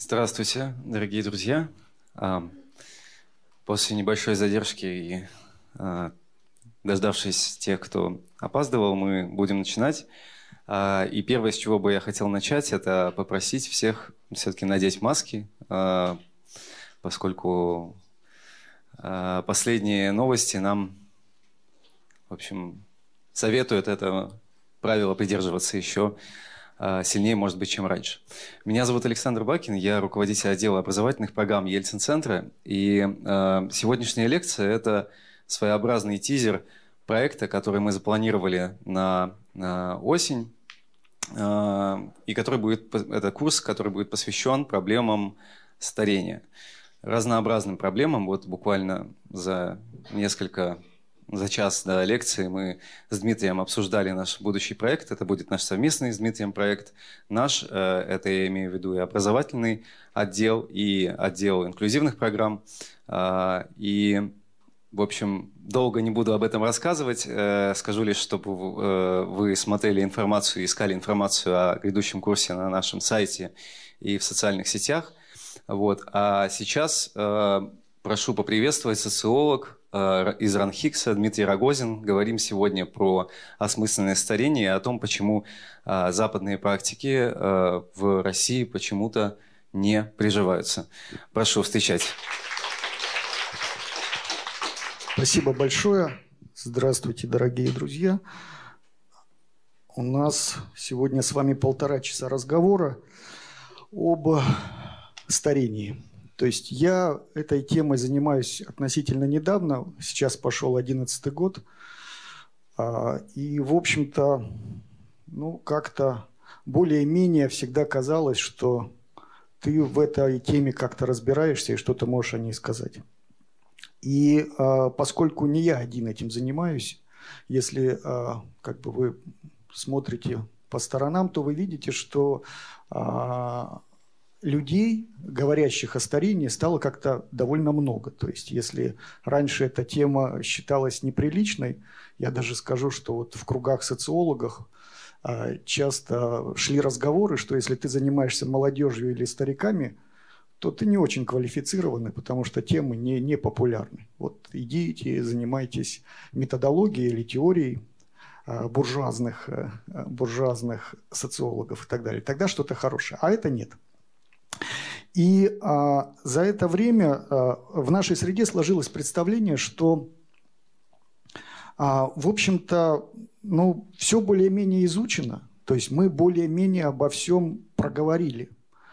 Здравствуйте, дорогие друзья. После небольшой задержки и дождавшись тех, кто опаздывал, мы будем начинать. И первое, с чего бы я хотел начать, это попросить всех все-таки надеть маски, поскольку последние новости нам, в общем, советуют это правило придерживаться еще сильнее, может быть, чем раньше. Меня зовут Александр Бакин, я руководитель отдела образовательных программ Ельцин-центра. И сегодняшняя лекция – это своеобразный тизер проекта, который мы запланировали на осень. И это курс, который будет посвящен проблемам старения. Разнообразным проблемам. Вот буквально за час до лекции мы с Дмитрием обсуждали наш будущий проект. Это будет наш совместный с Дмитрием проект. Это я имею в виду и образовательный отдел, и отдел инклюзивных программ. И, в общем, долго не буду об этом рассказывать. Скажу лишь, чтобы вы смотрели информацию, искали информацию о грядущем курсе на нашем сайте и в социальных сетях. Вот. А сейчас прошу поприветствовать социолог из РАНХИКСа Дмитрий Рогозин. Говорим сегодня про осмысленное старение и о том, почему западные практики в России почему-то не приживаются. Прошу встречать. Спасибо большое. Здравствуйте, дорогие друзья. У нас сегодня с вами 1,5 часа разговора об старении. То есть я этой темой занимаюсь относительно недавно, сейчас пошел 11-й год, и, в общем-то, как-то более-менее всегда казалось, что ты в этой теме как-то разбираешься и что-то можешь о ней сказать. И поскольку не я один этим занимаюсь, если вы смотрите по сторонам, то вы видите, что людей, говорящих о старении, стало как-то довольно много. То есть, если раньше эта тема считалась неприличной, я даже скажу, что вот в кругах социологов часто шли разговоры, что если ты занимаешься молодежью или стариками, то ты не очень квалифицированный, потому что темы не популярны. Вот идите, занимайтесь методологией или теорией буржуазных социологов и так далее. Тогда что-то хорошее. А это нет. И за это время в нашей среде сложилось представление, что, в общем-то, все более-менее изучено, то есть мы более-менее обо всем проговорили.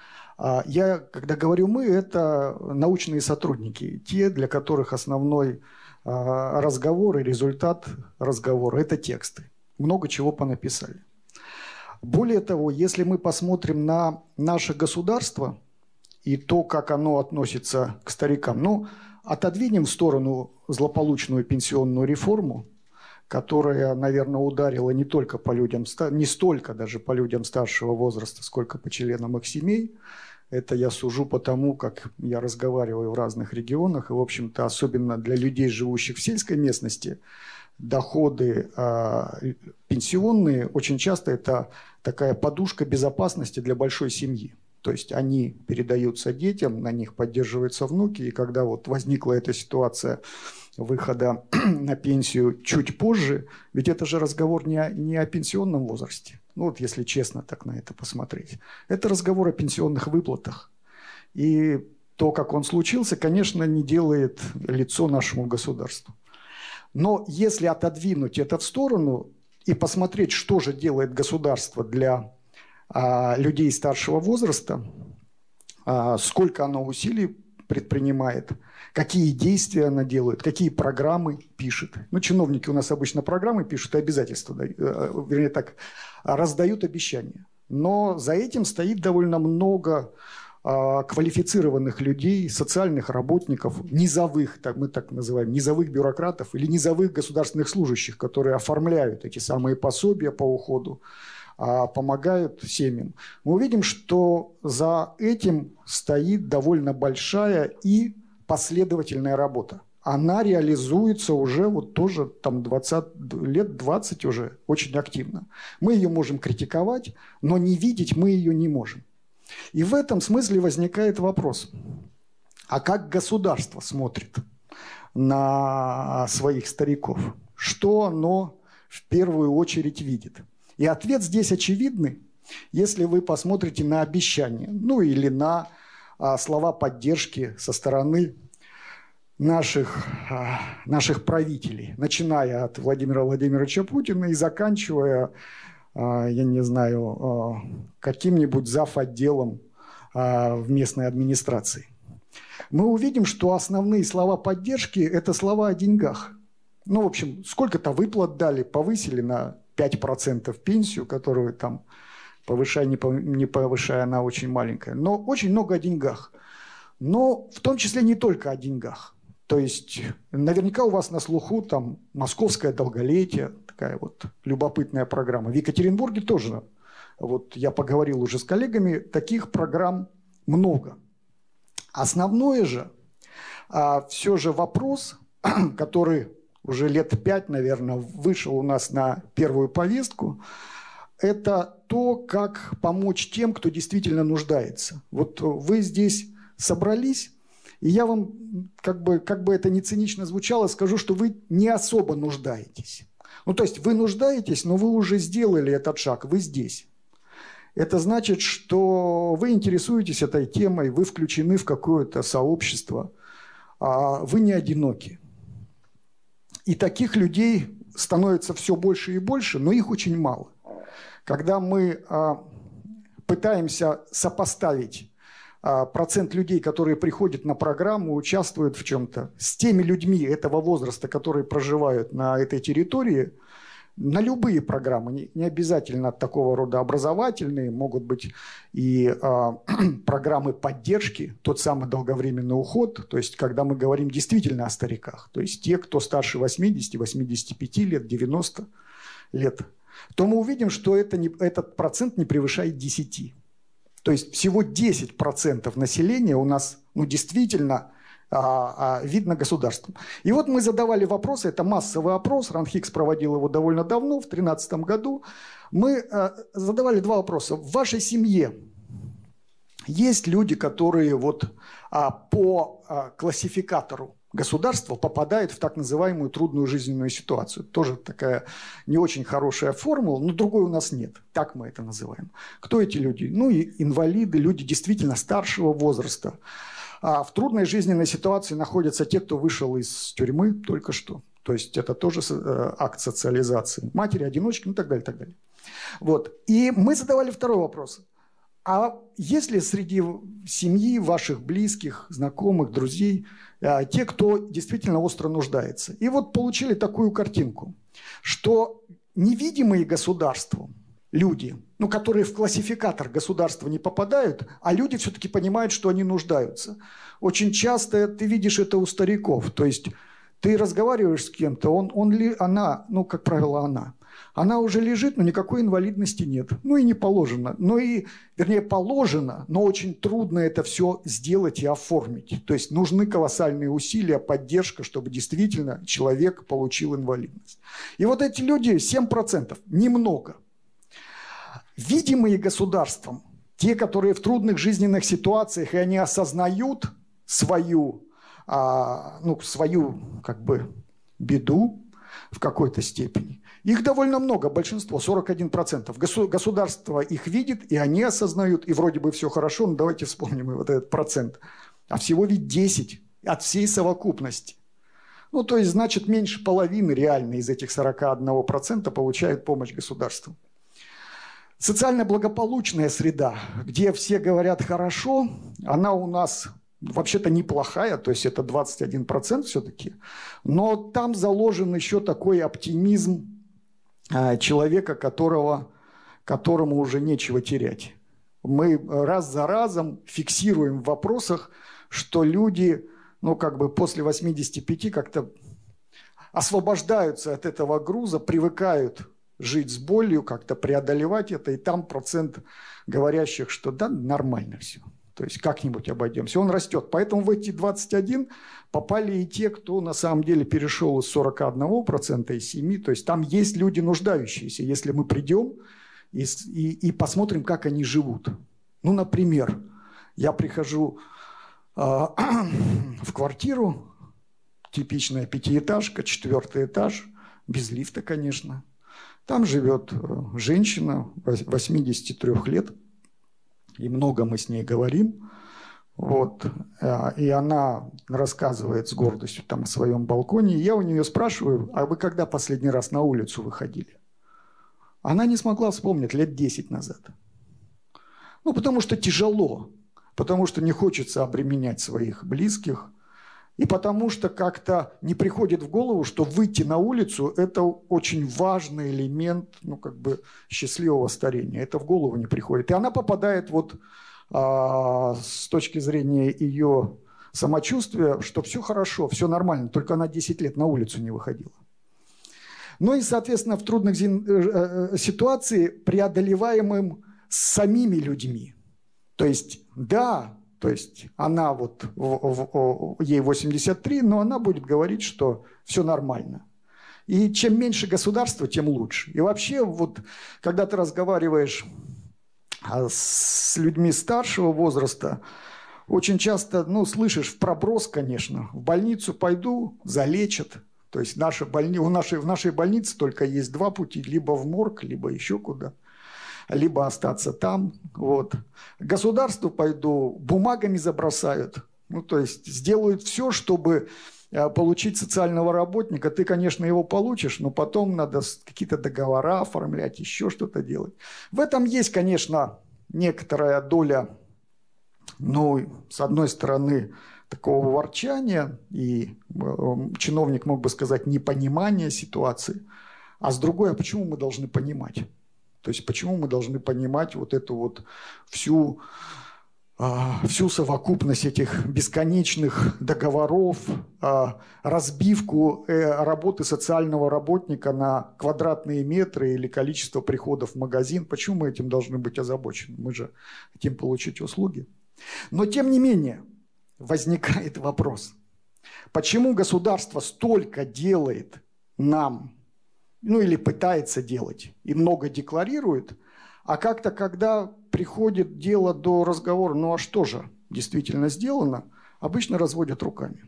Я, когда говорю «мы», это научные сотрудники, те, для которых основной разговор и результат разговора – это тексты. Много чего понаписали. Более того, если мы посмотрим на наше государство и то, как оно относится к старикам, отодвинем в сторону злополучную пенсионную реформу, которая, наверное, ударила не только по людям, не столько даже по людям старшего возраста, сколько по членам их семей. Это я сужу по тому, как я разговариваю в разных регионах, и, в общем-то, особенно для людей, живущих в сельской местности, доходы пенсионные очень часто это такая подушка безопасности для большой семьи. То есть они передаются детям, на них поддерживаются внуки, и когда вот возникла эта ситуация выхода на пенсию чуть позже, ведь это же разговор не о пенсионном возрасте. Вот если честно так на это посмотреть. Это разговор о пенсионных выплатах. И то, как он случился, конечно, не делает лицо нашему государству. Но если отодвинуть это в сторону и посмотреть, что же делает государство для людей старшего возраста, сколько оно усилий предпринимает, какие действия она делает, какие программы пишет. Чиновники у нас обычно программы пишут и обязательства, вернее так, раздают обещания. Но за этим стоит довольно много квалифицированных людей, социальных работников, низовых, мы так называем, низовых бюрократов или низовых государственных служащих, которые оформляют эти самые пособия по уходу, помогают семьям. Мы увидим, что за этим стоит довольно большая и последовательная работа. Она реализуется уже вот тоже там 20 уже очень активно. Мы ее можем критиковать, но не видеть мы ее не можем. И в этом смысле возникает вопрос, а как государство смотрит на своих стариков? Что оно в первую очередь видит? И ответ здесь очевидный, если вы посмотрите на обещания, ну или на слова поддержки со стороны наших правителей, начиная от Владимира Владимировича Путина и заканчивая, я не знаю, каким-нибудь зав.отделом в местной администрации. Мы увидим, что основные слова поддержки – это слова о деньгах. Ну, в общем, сколько-то выплат дали, повысили на 5% пенсию, которую там, повышая, не повышая, она очень маленькая. Но очень много о деньгах. Но в том числе не только о деньгах. То есть наверняка у вас на слуху там «Московское долголетие», такая вот любопытная программа. В Екатеринбурге тоже. Вот я поговорил уже с коллегами, таких программ много. Основное же, все же вопрос, который уже лет 5, наверное, вышел у нас на первую повестку, это то, как помочь тем, кто действительно нуждается. Вот вы здесь собрались, и я вам, как бы это ни цинично звучало, скажу, что вы не особо нуждаетесь. Ну, то есть вы нуждаетесь, но вы уже сделали этот шаг, вы здесь. Это значит, что вы интересуетесь этой темой, вы включены в какое-то сообщество, вы не одиноки. И таких людей становится все больше и больше, но их очень мало. Когда мы пытаемся сопоставить процент людей, которые приходят на программу, участвуют в чем-то, с теми людьми этого возраста, которые проживают на этой территории, на любые программы, не обязательно такого рода образовательные, могут быть и программы поддержки, тот самый долговременный уход, то есть когда мы говорим действительно о стариках, то есть те, кто старше 80, 85 лет, 90 лет, то мы увидим, что этот процент не превышает 10. То есть всего 10% населения у нас действительно видно государством. И вот мы задавали вопросы, это массовый опрос, РАНХИКС проводил его довольно давно, в 2013 году. Мы задавали два вопроса. В вашей семье есть люди, которые вот по классификатору государства попадают в так называемую трудную жизненную ситуацию. Тоже такая не очень хорошая формула, но другой у нас нет. Так мы это называем. Кто эти люди? Ну, и инвалиды, люди действительно старшего возраста. А в трудной жизненной ситуации находятся те, кто вышел из тюрьмы только что. То есть это тоже акт социализации. Матери, одиночки, ну и так далее, так далее. Вот. И мы задавали второй вопрос. А есть ли среди семьи ваших близких, знакомых, друзей те, кто действительно остро нуждается? И вот получили такую картинку, что невидимые государством люди, которые в классификатор государства не попадают, а люди все-таки понимают, что они нуждаются. Очень часто ты видишь это у стариков. То есть ты разговариваешь с кем-то, она, как правило, она уже лежит, но никакой инвалидности нет. Ну и не положено. Вернее, положено, но очень трудно это все сделать и оформить. То есть нужны колоссальные усилия, поддержка, чтобы действительно человек получил инвалидность. И вот эти люди 7%, немного. Видимые государством, те, которые в трудных жизненных ситуациях, и они осознают свою беду в какой-то степени. Их довольно много, большинство, 41%. Государство их видит, и они осознают, и вроде бы все хорошо, но давайте вспомним и вот этот процент. А всего ведь 10 от всей совокупности. То есть, значит, меньше половины реально из этих 41% получают помощь государству. Социально благополучная среда, где все говорят хорошо, она у нас вообще-то неплохая, то есть это 21% все-таки, но там заложен еще такой оптимизм человека, которому уже нечего терять. Мы раз за разом фиксируем в вопросах, что люди, после 85 как-то освобождаются от этого груза, привыкают жить с болью, как-то преодолевать это, и там процент говорящих, что да, нормально все. То есть как-нибудь обойдемся. Он растет. Поэтому в эти 21 попали и те, кто на самом деле перешел из 41%, из 7%. То есть там есть люди нуждающиеся. Если мы придем и посмотрим, как они живут. Ну, например, я прихожу в квартиру, типичная пятиэтажка, 4-й этаж, без лифта, конечно. Там живет женщина 83 лет, и много мы с ней говорим. Вот. И она рассказывает с гордостью там о своем балконе. И я у нее спрашиваю, а вы когда последний раз на улицу выходили? Она не смогла вспомнить, лет 10 назад. Ну, потому что тяжело, потому что не хочется обременять своих близких, и потому что как-то не приходит в голову, что выйти на улицу – это очень важный элемент, ну, как бы счастливого старения. Это в голову не приходит. И она попадает вот с точки зрения ее самочувствия, что все хорошо, все нормально, только она 10 лет на улицу не выходила. Ну и, соответственно, в трудных ситуациях, преодолеваемым самими людьми. То есть, да, то есть она вот, ей 83, но она будет говорить, что все нормально. И чем меньше государства, тем лучше. И вообще, вот, когда ты разговариваешь с людьми старшего возраста, очень часто, ну, слышишь в проброс, конечно, в больницу пойду, залечат. То есть в нашей больнице только есть два пути, либо в морг, либо еще куда, либо остаться там. Вот. К государству пойду, бумагами забросают. Ну, то есть сделают все, чтобы получить социального работника. Ты, конечно, его получишь, но потом надо какие-то договора оформлять, еще что-то делать. В этом есть, конечно, некоторая доля, ну, с одной стороны, такого ворчания, и чиновник мог бы сказать непонимания ситуации, а с другой, а почему мы должны понимать? То есть почему мы должны понимать вот эту вот всю совокупность этих бесконечных договоров, разбивку работы социального работника на квадратные метры или количество приходов в магазин? Почему мы этим должны быть озабочены? Мы же хотим получить услуги. Но тем не менее возникает вопрос, почему государство столько делает нам, ну или пытается делать, и много декларирует, а как-то, когда приходит дело до разговора, ну а что же действительно сделано, обычно разводят руками.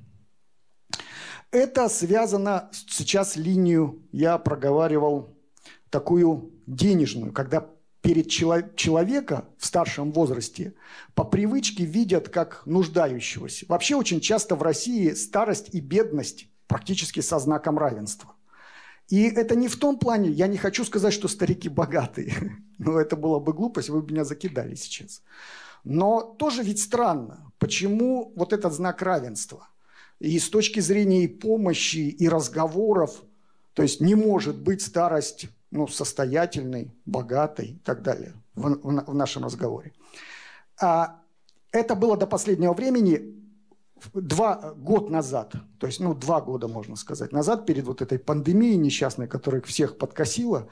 Это связано, сейчас линию я проговаривал такую денежную, когда перед человека в старшем возрасте по привычке видят как нуждающегося. Вообще очень часто в России старость и бедность практически со знаком равенства. И это не в том плане, я не хочу сказать, что старики богатые. Но это была бы глупость, вы бы меня закидали сейчас. Но тоже ведь странно, почему вот этот знак равенства? И с точки зрения и помощи, и разговоров, то есть не может быть старость, ну, состоятельной, богатой и так далее в нашем разговоре. Это было до последнего времени, год назад, то есть, ну, 2 года, можно сказать, назад, перед вот этой пандемией несчастной, которая всех подкосила,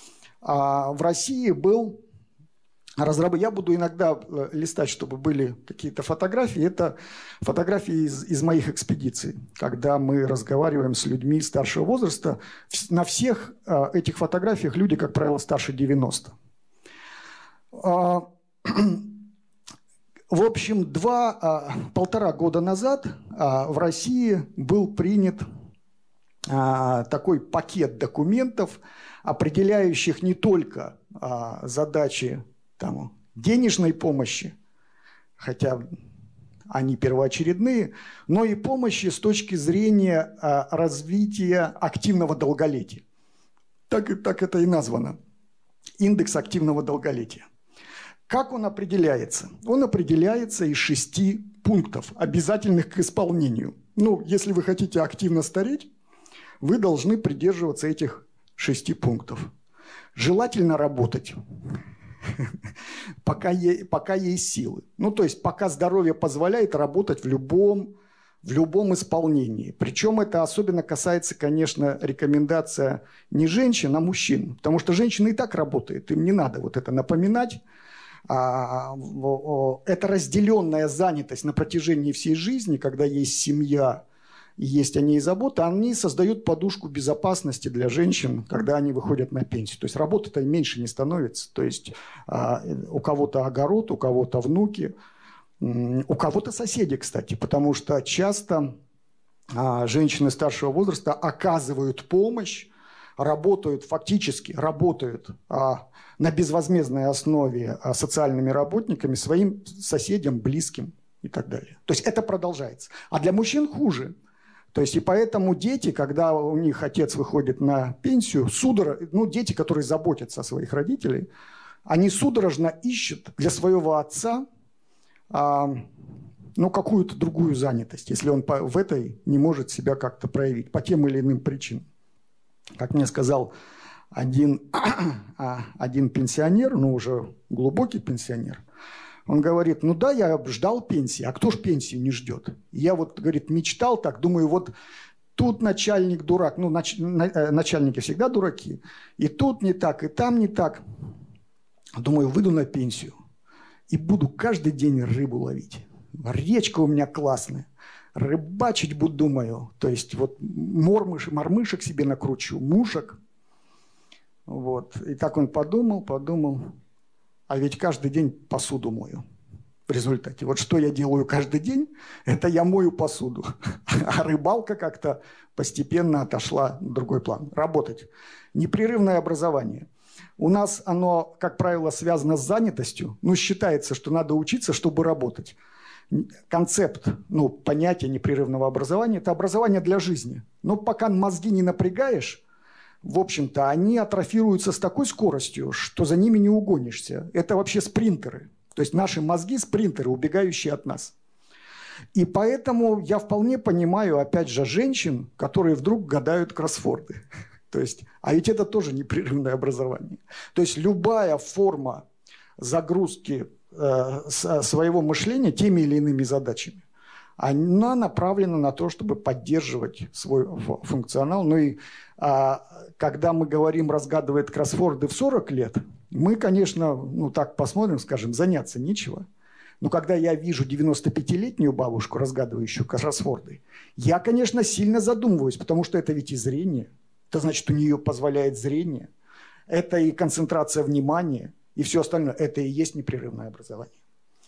в России был разработан. Я буду иногда листать, чтобы были какие-то фотографии. Это фотографии из моих экспедиций, когда мы разговариваем с людьми старшего возраста. На всех этих фотографиях люди, как правило, старше 90. В общем, 1,5 года назад в России был принят такой пакет документов, определяющих не только задачи там, денежной помощи, хотя они первоочередные, но и помощи с точки зрения развития активного долголетия. Так это и названо. Индекс активного долголетия. Как он определяется? Он определяется из 6 пунктов, обязательных к исполнению. Ну, если вы хотите активно стареть, вы должны придерживаться этих 6 пунктов. Желательно работать, пока есть силы. Ну, то есть, пока здоровье позволяет работать в любом исполнении. Причем это особенно касается, конечно, рекомендация не женщин, а мужчин. Потому что женщина и так работает, им не надо вот это напоминать. Это разделенная занятость на протяжении всей жизни, когда есть семья есть о ней забота, они создают подушку безопасности для женщин, когда они выходят на пенсию. То есть работы-то меньше не становится. То есть у кого-то огород, у кого-то внуки, у кого-то соседи, кстати, потому что часто женщины старшего возраста оказывают помощь, фактически работают на безвозмездной основе социальными работниками своим соседям, близким и так далее. То есть это продолжается. А для мужчин хуже. То есть и поэтому дети, когда у них отец выходит на пенсию, дети, которые заботятся о своих родителях, они судорожно ищут для своего отца какую-то другую занятость, если он в этой не может себя как-то проявить по тем или иным причинам. Как мне сказал один пенсионер, уже глубокий пенсионер, он говорит, я ждал пенсии, а кто ж пенсию не ждет? Я говорит, мечтал так, думаю, тут начальник дурак, начальники всегда дураки, и тут не так, и там не так. Думаю, выйду на пенсию и буду каждый день рыбу ловить. Речка у меня классная, рыбачить буду, думаю, то есть мормышек себе накручу, мушек. И так он подумал, а ведь каждый день посуду мою в результате. Что я делаю каждый день, это я мою посуду. А рыбалка как-то постепенно отошла на другой план. Работать. Непрерывное образование. У нас оно, как правило, связано с занятостью. Считается, что надо учиться, чтобы работать. Концепт, понятие непрерывного образования – это образование для жизни. Но пока мозги не напрягаешь, в общем-то, они атрофируются с такой скоростью, что за ними не угонишься. Это вообще спринтеры. То есть наши мозги – спринтеры, убегающие от нас. И поэтому я вполне понимаю, опять же, женщин, которые вдруг гадают кроссворды. То есть, а ведь это тоже непрерывное образование. То есть любая форма загрузки своего мышления теми или иными задачами, она направлена на то, чтобы поддерживать свой функционал. Когда мы говорим «разгадывает кроссворды в 40 лет», мы, конечно, так посмотрим, скажем, заняться нечего. Но когда я вижу 95-летнюю бабушку, разгадывающую кроссворды, я, конечно, сильно задумываюсь, потому что это ведь и зрение. Это значит, у нее позволяет зрение. Это и концентрация внимания, и все остальное. Это и есть непрерывное образование.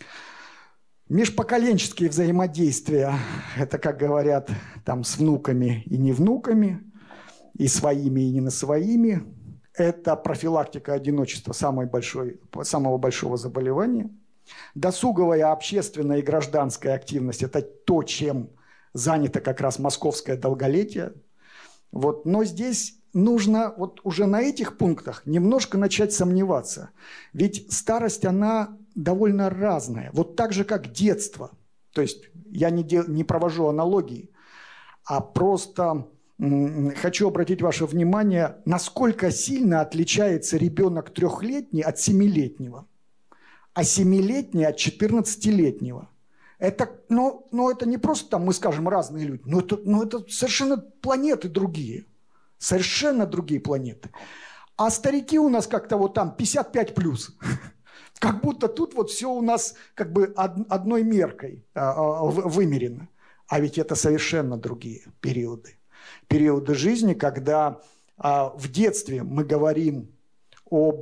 Межпоколенческие взаимодействия, это, как говорят, с внуками и не внуками, и своими, и не на своими. Это профилактика одиночества, самого большого заболевания. Досуговая, общественная и гражданская активность – это то, чем занято как раз московское долголетие. Но здесь нужно уже на этих пунктах немножко начать сомневаться. Ведь старость, она довольно разная. Так же, как детство. То есть я не провожу аналогии, а просто хочу обратить ваше внимание, насколько сильно отличается ребенок 3-летний от 7-летнего, а 7-летний от 14-летнего. Это, это не просто мы скажем, разные люди, это совершенно планеты другие. Совершенно другие планеты. А старики у нас как-то 55+. Как будто тут все у нас как бы одной меркой вымерено. А ведь это совершенно другие периоды. Периоды жизни, когда в детстве мы говорим об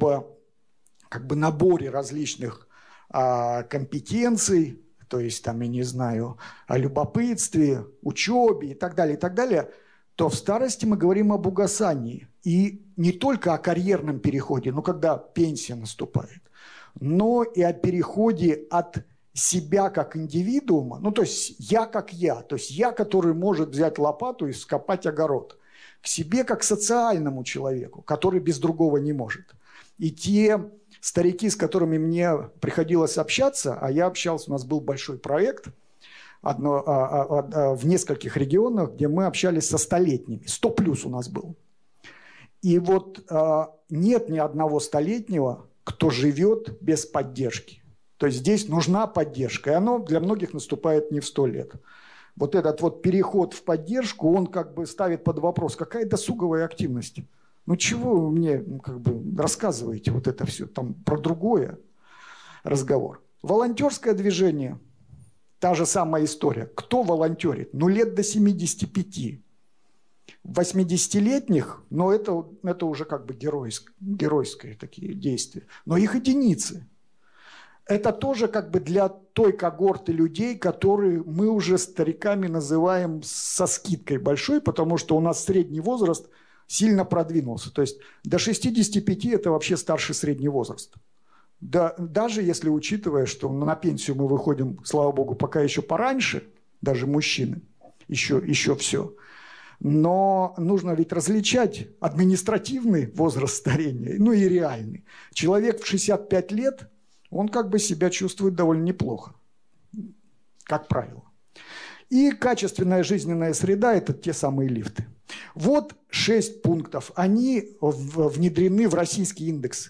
наборе различных компетенций, то есть я не знаю, о любопытстве, учебе и так далее, то в старости мы говорим об угасании. И не только о карьерном переходе, когда пенсия наступает, но и о переходе от себя как индивидуума, то есть я как я, то есть я, который может взять лопату и скопать огород, к себе как социальному человеку, который без другого не может. И те старики, с которыми мне приходилось общаться, а я общался, у нас был большой проект в нескольких регионах, где мы общались со 100-летними, 100+ у нас был. И нет ни одного 100-летнего, кто живет без поддержки. То есть здесь нужна поддержка, и оно для многих наступает не в 100 лет. Этот переход в поддержку, он ставит под вопрос, какая досуговая активность? Чего вы мне рассказываете это все, про другое разговор. Волонтерское движение. та же самая история. Кто волонтерит? Ну, лет до 75. 80-летних, но это уже как бы геройские такие действия. Но их единицы. Это тоже как бы для той когорты людей, которые мы уже стариками называем со скидкой большой, потому что у нас средний возраст сильно продвинулся. То есть до 65 это вообще старший средний возраст. Да, даже если учитывая, что на пенсию мы выходим, слава богу, пока еще пораньше, даже мужчины, еще все. Но нужно ведь различать административный возраст старения, ну и реальный. Человек в 65 лет, он как бы себя чувствует довольно неплохо, как правило. И качественная жизненная среда – это те самые лифты. Вот 6 пунктов. Они внедрены в российский индекс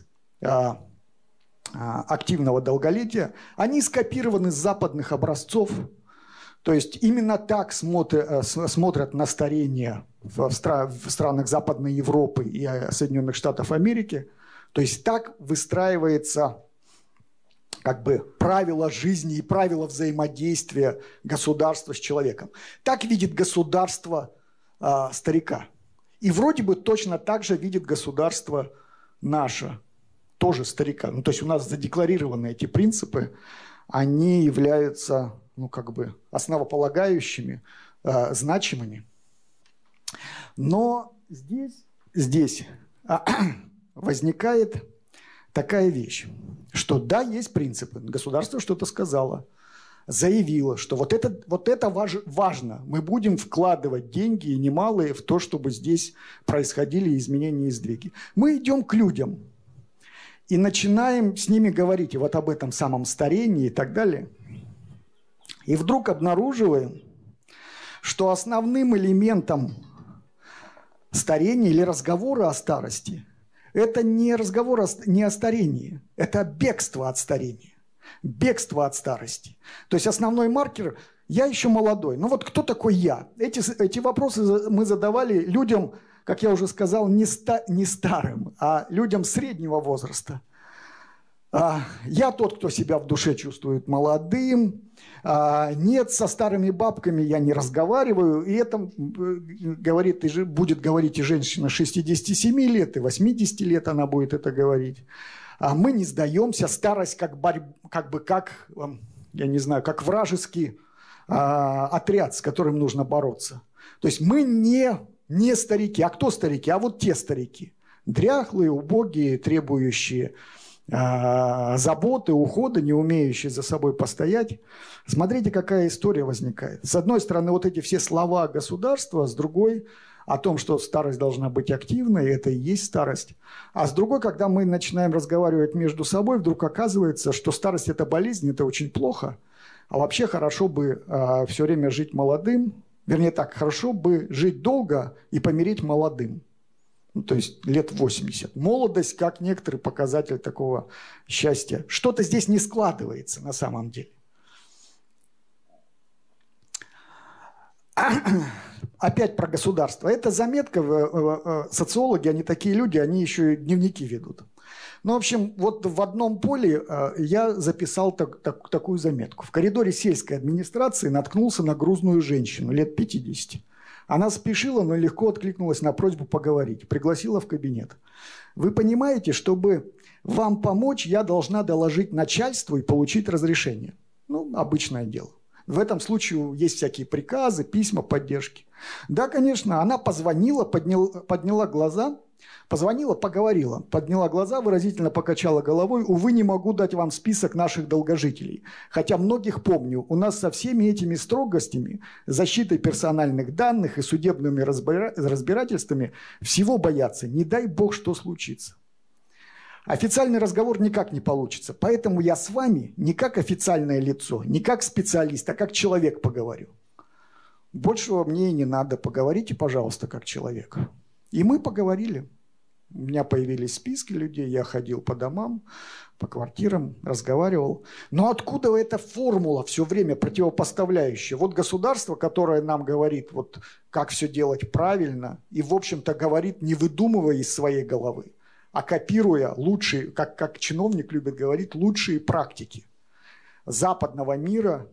активного долголетия. Они скопированы с западных образцов. То есть именно так смотрят на старение в странах Западной Европы и Соединенных Штатов Америки. То есть так выстраивается как бы правила жизни и правила взаимодействия государства с человеком. Так видит государство старика. И вроде бы точно так же видит государство наше, тоже старика. Ну, то есть у нас задекларированы эти принципы, они являются, ну, как бы основополагающими, значимыми. Но здесь возникает такая вещь, что да, есть принципы. Государство что-то сказало, заявило, что вот это важно. Мы будем вкладывать деньги, и немалые, в то, чтобы здесь происходили изменения и сдвиги. Мы идем к людям и начинаем с ними говорить и вот об этом самом старении и так далее. И вдруг обнаруживаем, что основным элементом старения или разговора о старости – это не разговор не о старении, это бегство от старения, бегство от старости. То есть основной маркер – я еще молодой. Ну вот кто такой я? Эти вопросы мы задавали людям, как я уже сказал, не старым, а людям среднего возраста. Я тот, кто себя в душе чувствует молодым. Нет, со старыми бабками я не разговариваю. И это будет говорить и женщина 67 лет, и 80 лет она будет это говорить. Мы не сдаемся. Старость как вражеский отряд, с которым нужно бороться. То есть мы не старики. А кто старики? А вот те старики. Дряхлые, убогие, требующие заботы, ухода, не умеющие за собой постоять. Смотрите, какая история возникает. С одной стороны, вот эти все слова государства, с другой о том, что старость должна быть активной, это и есть старость. А с другой, когда мы начинаем разговаривать между собой, вдруг оказывается, что старость – это болезнь, это очень плохо. А вообще хорошо бы все время жить молодым, вернее так, хорошо бы жить долго и помереть молодым. Ну, то есть лет 80. Молодость как некоторый показатель такого счастья. Что-то здесь не складывается на самом деле. Опять про государство. Это заметка, социологи, они такие люди, они еще и дневники ведут. Ну, в общем, вот в одном поле я записал такую заметку. В коридоре сельской администрации наткнулся на грузную женщину лет 50. Она спешила, но легко откликнулась на просьбу поговорить. Пригласила в кабинет. Вы понимаете, чтобы вам помочь, я должна доложить начальству и получить разрешение. Ну, обычное дело. В этом случае есть всякие приказы, письма поддержки. Да, конечно, она позвонила, подняла глаза, позвонила, поговорила, подняла глаза, выразительно покачала головой. Увы, не могу дать вам список наших долгожителей. Хотя многих помню, у нас со всеми этими строгостями, защитой персональных данных и судебными разбирательствами всего боятся. Не дай бог, что случится. Официальный разговор никак не получится. Поэтому я с вами не как официальное лицо, не как специалист, а как человек поговорю. Большего мне и не надо. Поговорите, пожалуйста, как человек. И мы поговорили. У меня появились списки людей, я ходил по домам, по квартирам, разговаривал. Но откуда эта формула все время противопоставляющая? Вот государство, которое нам говорит, вот как все делать правильно, и, в общем-то, говорит, не выдумывая из своей головы, а копируя лучшие, как чиновник любит говорить, лучшие практики западного мира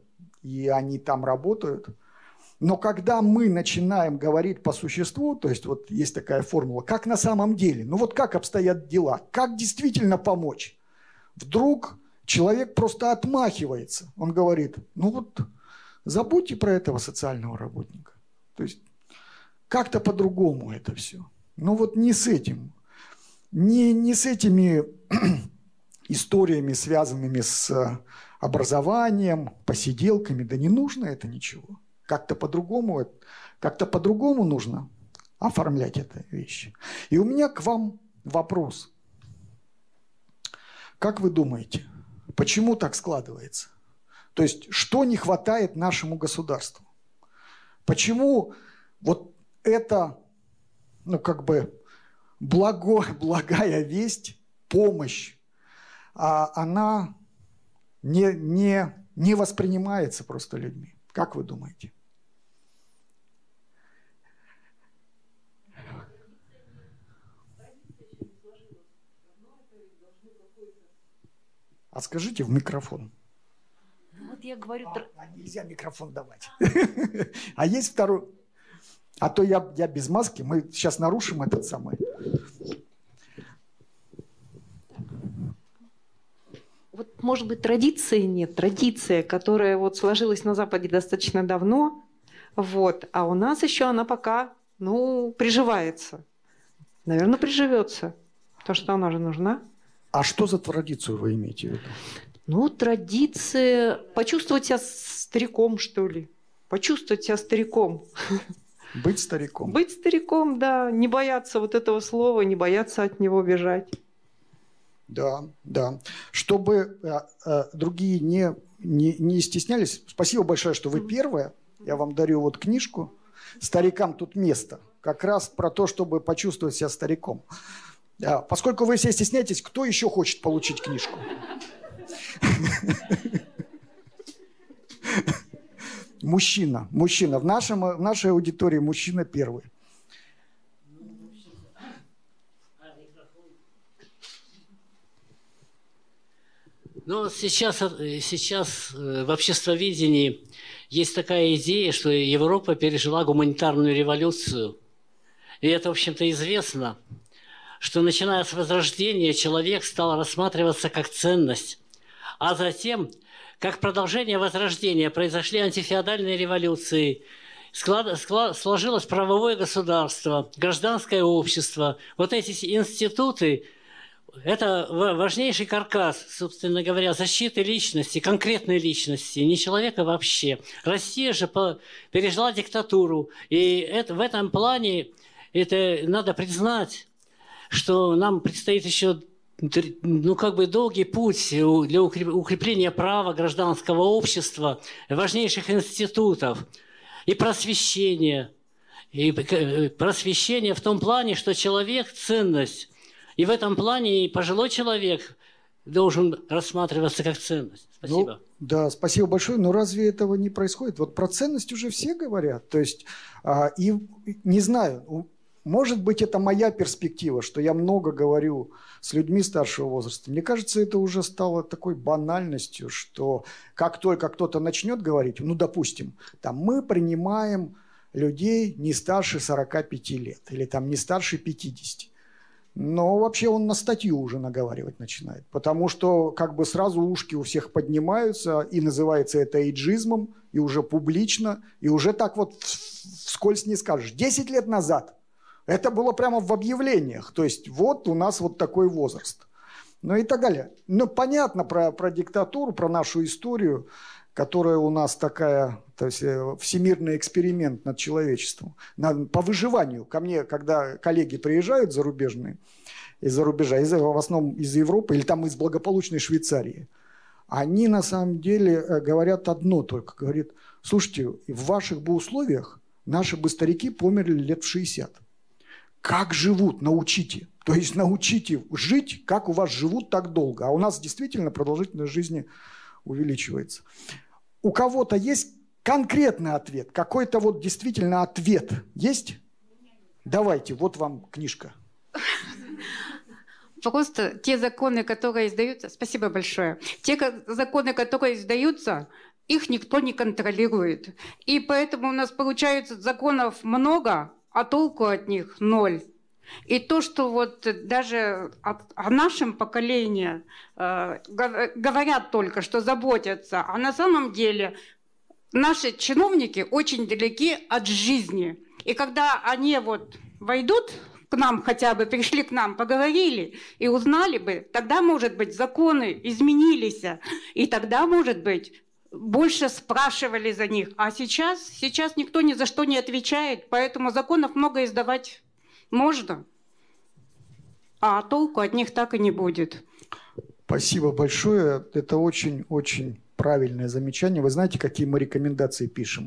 и они там работают. Но когда мы начинаем говорить по существу, то есть вот есть такая формула, как на самом деле, ну вот как обстоят дела, как действительно помочь, вдруг человек просто отмахивается. Он говорит, ну вот забудьте про этого социального работника. То есть как-то по-другому это все. Ну вот не с этим, не с этими историями, связанными с образованием, посиделками, да не нужно это ничего. Как-то по-другому нужно оформлять эту вещь. И у меня к вам вопрос. Как вы думаете, почему так складывается? То есть, что не хватает нашему государству? Почему вот эта, ну как бы, благая весть, помощь, она не воспринимается просто людьми? Как вы думаете? А скажите в микрофон. Вот я говорю... Нельзя микрофон давать. А есть второй... А то я без маски, мы сейчас нарушим этот самый... Вот, может быть, традиции нет. Традиция, которая вот сложилась на Западе достаточно давно, вот, а у нас еще она пока, приживается. Наверное, приживется, потому что она же нужна. А что за традицию вы имеете в виду? Традиция почувствовать себя стариком, что ли. Почувствовать себя стариком. Быть стариком. Быть стариком, да. Не бояться вот этого слова, не бояться от него бежать. Да. Чтобы другие не стеснялись. Спасибо большое, что вы первая. Я вам дарю вот книжку «Старикам тут место». Как раз про то, чтобы почувствовать себя стариком. Поскольку вы все стесняетесь, кто еще хочет получить книжку? Мужчина. В нашей аудитории мужчина первый. Сейчас в обществоведении есть такая идея, что Европа пережила гуманитарную революцию. И это, в общем-то, известно, что начиная с Возрождения человек стал рассматриваться как ценность. А затем, как продолжение Возрождения, произошли антифеодальные революции, сложилось правовое государство, гражданское общество. Вот эти институты – это важнейший каркас, собственно говоря, защиты личности, конкретной личности, не человека вообще. Россия же пережила диктатуру, и в этом плане это надо признать, что нам предстоит еще долгий путь для укрепления права гражданского общества, важнейших институтов и просвещения. И просвещение в том плане, что человек – ценность. И в этом плане и пожилой человек должен рассматриваться как ценность. Спасибо. Да, спасибо большое. Но разве этого не происходит? Вот про ценность уже все говорят. То есть, и не знаю, может быть, это моя перспектива, что я много говорю с людьми старшего возраста. Мне кажется, это уже стало такой банальностью, что как только кто-то начнет говорить, допустим, там, мы принимаем людей не старше 45 лет или там не старше 50. Но вообще он на статью уже наговаривать начинает, потому что как бы сразу ушки у всех поднимаются, и называется это эйджизмом, и уже публично, и уже так вот вскользь не скажешь. 10 лет назад это было прямо в объявлениях, то есть вот у нас вот такой возраст. Ну и так далее. Понятно про диктатуру, про нашу историю, которая у нас такая, то есть всемирный эксперимент над человечеством, по выживанию. Ко мне, когда коллеги приезжают зарубежные, из-за рубежа, в основном из Европы или там из благополучной Швейцарии, они на самом деле говорят одно только. Говорят, слушайте, в ваших бы условиях наши бы старики померли лет в 60. Как живут? Научите. То есть научите жить, как у вас живут так долго. А у нас действительно продолжительность жизни увеличивается. У кого-то есть конкретный ответ? Какой-то вот действительно ответ есть? Давайте, вот вам книжка. Просто те законы, которые издаются... Спасибо большое. Те законы, которые издаются, их никто не контролирует. И поэтому у нас получается законов много, а толку от них ноль. И то, что вот даже о нашем поколении говорят только, что заботятся, а на самом деле наши чиновники очень далеки от жизни. И когда они вот войдут к нам хотя бы, пришли к нам, поговорили и узнали бы, тогда, может быть, законы изменились, и тогда, может быть, больше спрашивали за них. А сейчас никто ни за что не отвечает, поэтому законов много издавать можно, а толку от них так и не будет. Спасибо большое. Это очень-очень правильное замечание. Вы знаете, какие мы рекомендации пишем?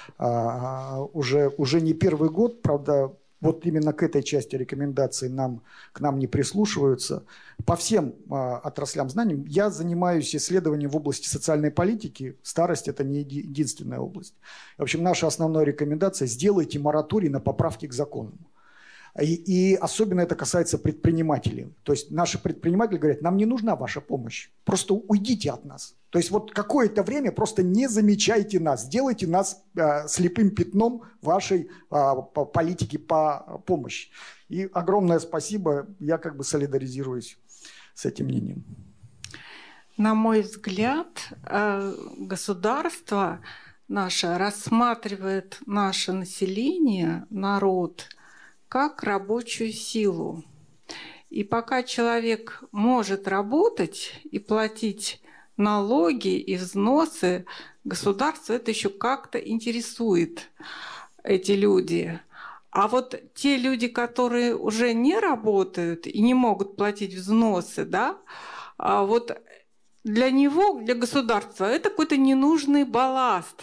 Уже не первый год, правда, вот именно к этой части рекомендаций к нам не прислушиваются. По всем отраслям знаний я занимаюсь исследованием в области социальной политики. Старость – это не единственная область. В общем, наша основная рекомендация – сделайте мораторий на поправки к законам. И особенно это касается предпринимателей. То есть наши предприниматели говорят, нам не нужна ваша помощь, просто уйдите от нас. То есть вот какое-то время просто не замечайте нас, сделайте нас слепым пятном вашей политики по помощи. И огромное спасибо, я как бы солидаризируюсь с этим мнением. На мой взгляд, государство наше рассматривает наше население, народ, как рабочую силу. И пока человек может работать и платить налоги и взносы, государство это еще как-то интересует, эти люди. А вот те люди, которые уже не работают и не могут платить взносы, да, вот для него, для государства, это какой-то ненужный балласт.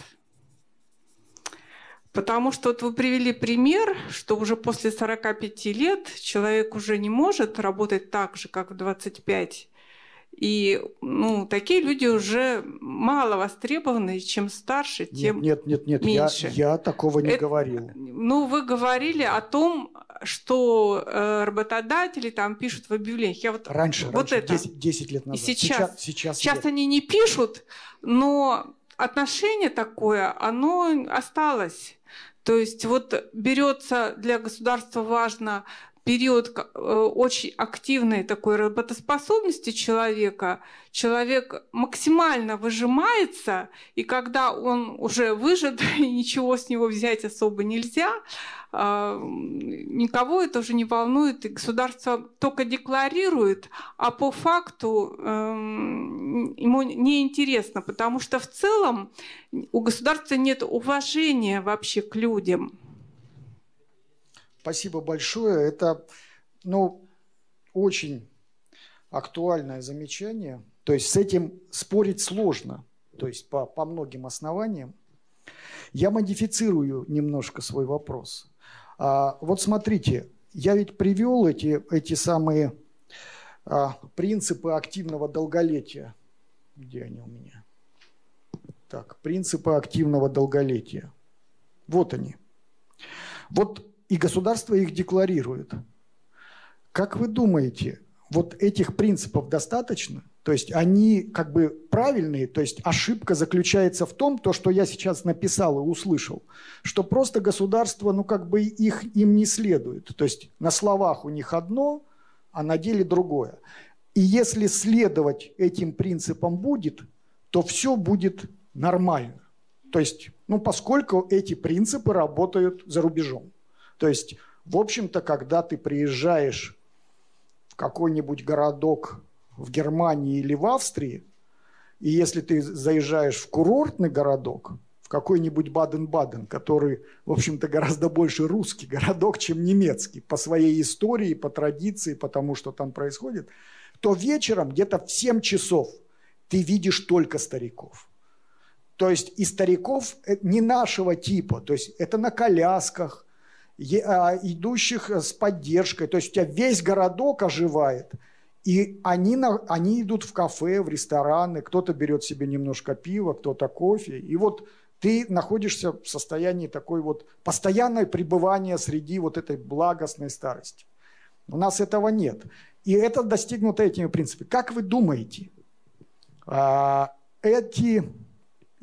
Потому что вот вы привели пример, что уже после 45 лет человек уже не может работать так же, как в 25. И такие люди уже мало востребованы, чем старше, тем меньше. Я такого не говорил. Вы говорили о том, что работодатели там пишут в объявлениях. Раньше, 10 лет назад. И сейчас они не пишут, но отношение такое, оно осталось. То есть вот берется для государства важно период очень активной такой работоспособности человека. Человек максимально выжимается, и когда он уже выжат, и ничего с него взять особо нельзя, никого это уже не волнует, и государство только декларирует, а по факту ему неинтересно, потому что в целом у государства нет уважения вообще к людям. Спасибо большое. Это очень актуальное замечание. То есть с этим спорить сложно, то есть по многим основаниям. Я модифицирую немножко свой вопрос. Вот смотрите, я ведь привел эти самые принципы активного долголетия. Где они у меня? Так, принципы активного долголетия. Вот они. Вот и государство их декларирует. Как вы думаете, вот этих принципов достаточно? То есть они как бы правильные, то есть ошибка заключается в том, то, что я сейчас написал и услышал, что просто государство, им не следует. То есть на словах у них одно, а на деле другое. И если следовать этим принципам будет, то все будет нормально. То есть, поскольку эти принципы работают за рубежом. То есть, в общем-то, когда ты приезжаешь в какой-нибудь городок в Германии или в Австрии, и если ты заезжаешь в курортный городок, в какой-нибудь Баден-Баден, который, в общем-то, гораздо больше русский городок, чем немецкий, по своей истории, по традиции, по тому, что там происходит, то вечером где-то в 7 часов ты видишь только стариков. То есть и стариков не нашего типа, то есть это на колясках, идущих с поддержкой. То есть у тебя весь городок оживает, и они идут в кафе, в рестораны, кто-то берет себе немножко пива, кто-то кофе. И вот ты находишься в состоянии такой вот постоянного пребывания среди вот этой благостной старости. У нас этого нет. И это достигнуто этими принципами. Как вы думаете, эти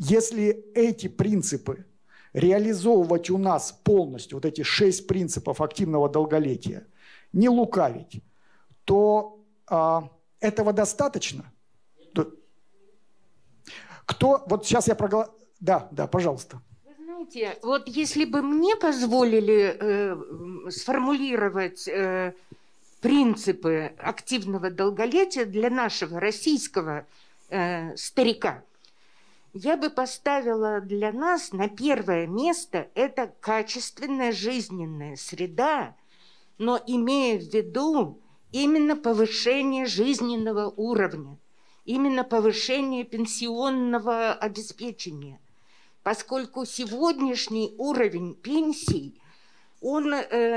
Если эти принципы реализовывать у нас полностью, вот эти 6 принципов активного долголетия, не лукавить, то этого достаточно? Кто, вот сейчас я проголосую. Да, пожалуйста. Вы знаете, вот если бы мне позволили сформулировать принципы активного долголетия для нашего российского старика, я бы поставила для нас на первое место это качественная жизненная среда, но имея в виду именно повышение жизненного уровня, именно повышение пенсионного обеспечения. Поскольку сегодняшний уровень пенсий, он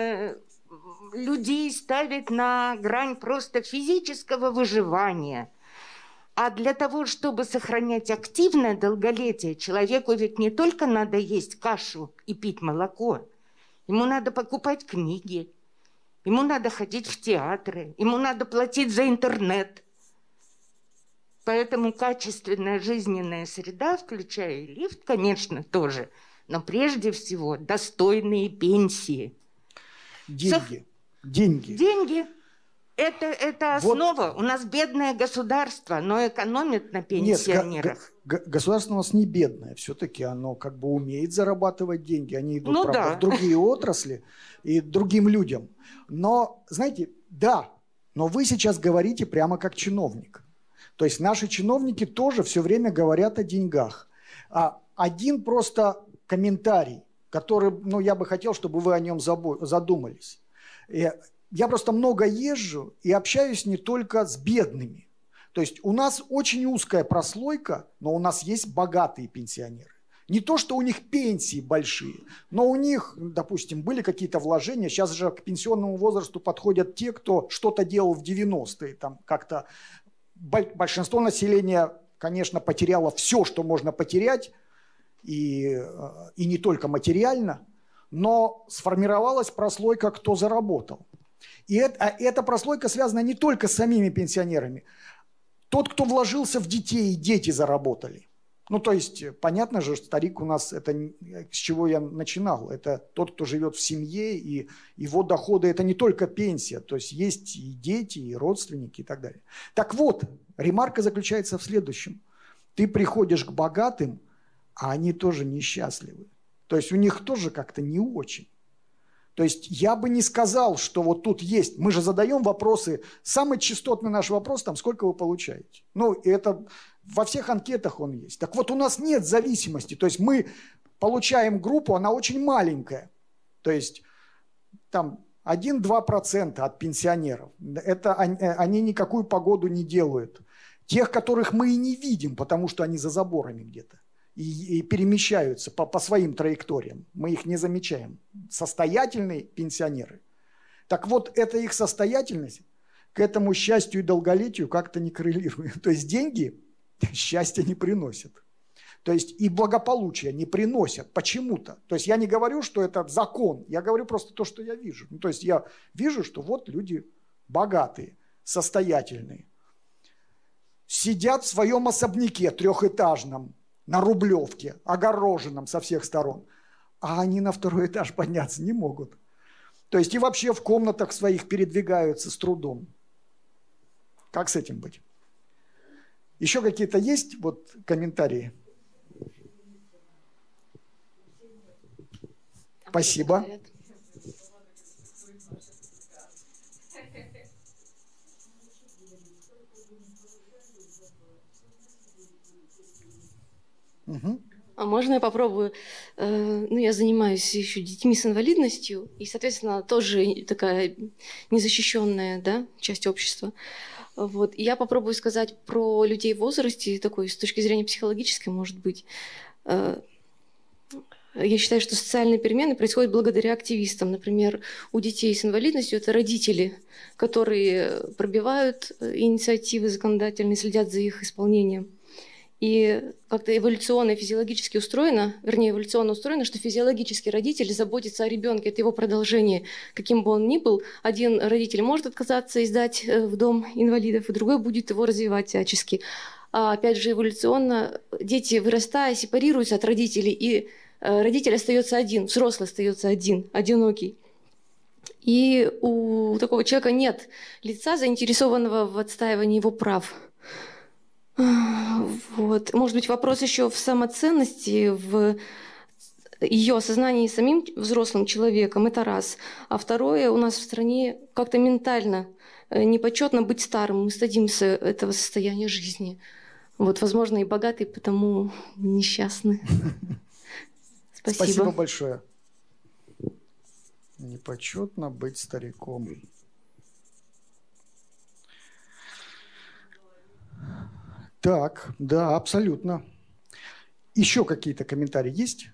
людей ставит на грань просто физического выживания. А для того, чтобы сохранять активное долголетие, человеку ведь не только надо есть кашу и пить молоко. Ему надо покупать книги, ему надо ходить в театры, ему надо платить за интернет. Поэтому качественная жизненная среда, включая и лифт, конечно, тоже, но прежде всего достойные пенсии. Деньги. Деньги. Это основа. Вот. У нас бедное государство, но экономит на пенсионерах. Нет, государство у нас не бедное. Все-таки оно как бы умеет зарабатывать деньги. Они идут, правда, в другие отрасли и другим людям. Но, знаете, да, но вы сейчас говорите прямо как чиновник. То есть наши чиновники тоже все время говорят о деньгах. Один просто комментарий, который, я бы хотел, чтобы вы о нем задумались. Я просто много езжу и общаюсь не только с бедными. То есть у нас очень узкая прослойка, но у нас есть богатые пенсионеры. Не то, что у них пенсии большие, но у них, допустим, были какие-то вложения. Сейчас же к пенсионному возрасту подходят те, кто что-то делал в 90-е. Там как-то большинство населения, конечно, потеряло все, что можно потерять, и не только материально, но сформировалась прослойка, кто заработал. И эта прослойка связана не только с самими пенсионерами. Тот, кто вложился в детей, и дети заработали. То есть, понятно же, старик у нас, это с чего я начинал, это тот, кто живет в семье, и его доходы, это не только пенсия, то есть есть и дети, и родственники, и так далее. Так вот, ремарка заключается в следующем. Ты приходишь к богатым, а они тоже несчастливы. То есть у них тоже как-то не очень. То есть я бы не сказал, что вот тут есть, мы же задаем вопросы, самый частотный наш вопрос, там, сколько вы получаете. И это во всех анкетах он есть. Так вот у нас нет зависимости, то есть мы получаем группу, она очень маленькая. То есть там 1-2% от пенсионеров, это они никакую погоду не делают. Тех, которых мы и не видим, потому что они за заборами где-то. И перемещаются по своим траекториям. Мы их не замечаем. Состоятельные пенсионеры. Так вот, эта их состоятельность к этому счастью и долголетию как-то не коррелирует. То есть деньги счастья не приносят. То есть и благополучие не приносят почему-то. То есть я не говорю, что это закон. Я говорю просто то, что я вижу. То есть я вижу, что вот люди богатые, состоятельные. Сидят в своем особняке трехэтажном, на Рублевке, огороженном со всех сторон, а они на второй этаж подняться не могут. То есть и вообще в комнатах своих передвигаются с трудом. Как с этим быть? Еще какие-то есть комментарии? Спасибо. Угу. А можно я попробую? Я занимаюсь еще детьми с инвалидностью, и, соответственно, тоже такая незащищенная, часть общества. И я попробую сказать про людей в возрасте, такой с точки зрения психологической, может быть. Я считаю, что социальные перемены происходят благодаря активистам. Например, у детей с инвалидностью это родители, которые пробивают инициативы законодательные, следят за их исполнением. И как-то эволюционно, физиологически устроено, что физиологически родитель заботится о ребенке, это его продолжение, каким бы он ни был. Один родитель может отказаться и сдать в дом инвалидов, и другой будет его развивать всячески. опять же, эволюционно дети, вырастая, сепарируются от родителей, и родитель остается один, взрослый остается один, одинокий. И у такого человека нет лица, заинтересованного в отстаивании его прав. Вот. Может быть, вопрос еще в самоценности, в ее осознании самим взрослым человеком, это раз. А второе, у нас в стране как-то ментально непочетно быть старым, мы стыдимся этого состояния жизни. Вот, возможно, и богатые, потому несчастны. Спасибо. Спасибо большое. Непочетно быть стариком. Так, да, абсолютно. Еще какие-то комментарии есть?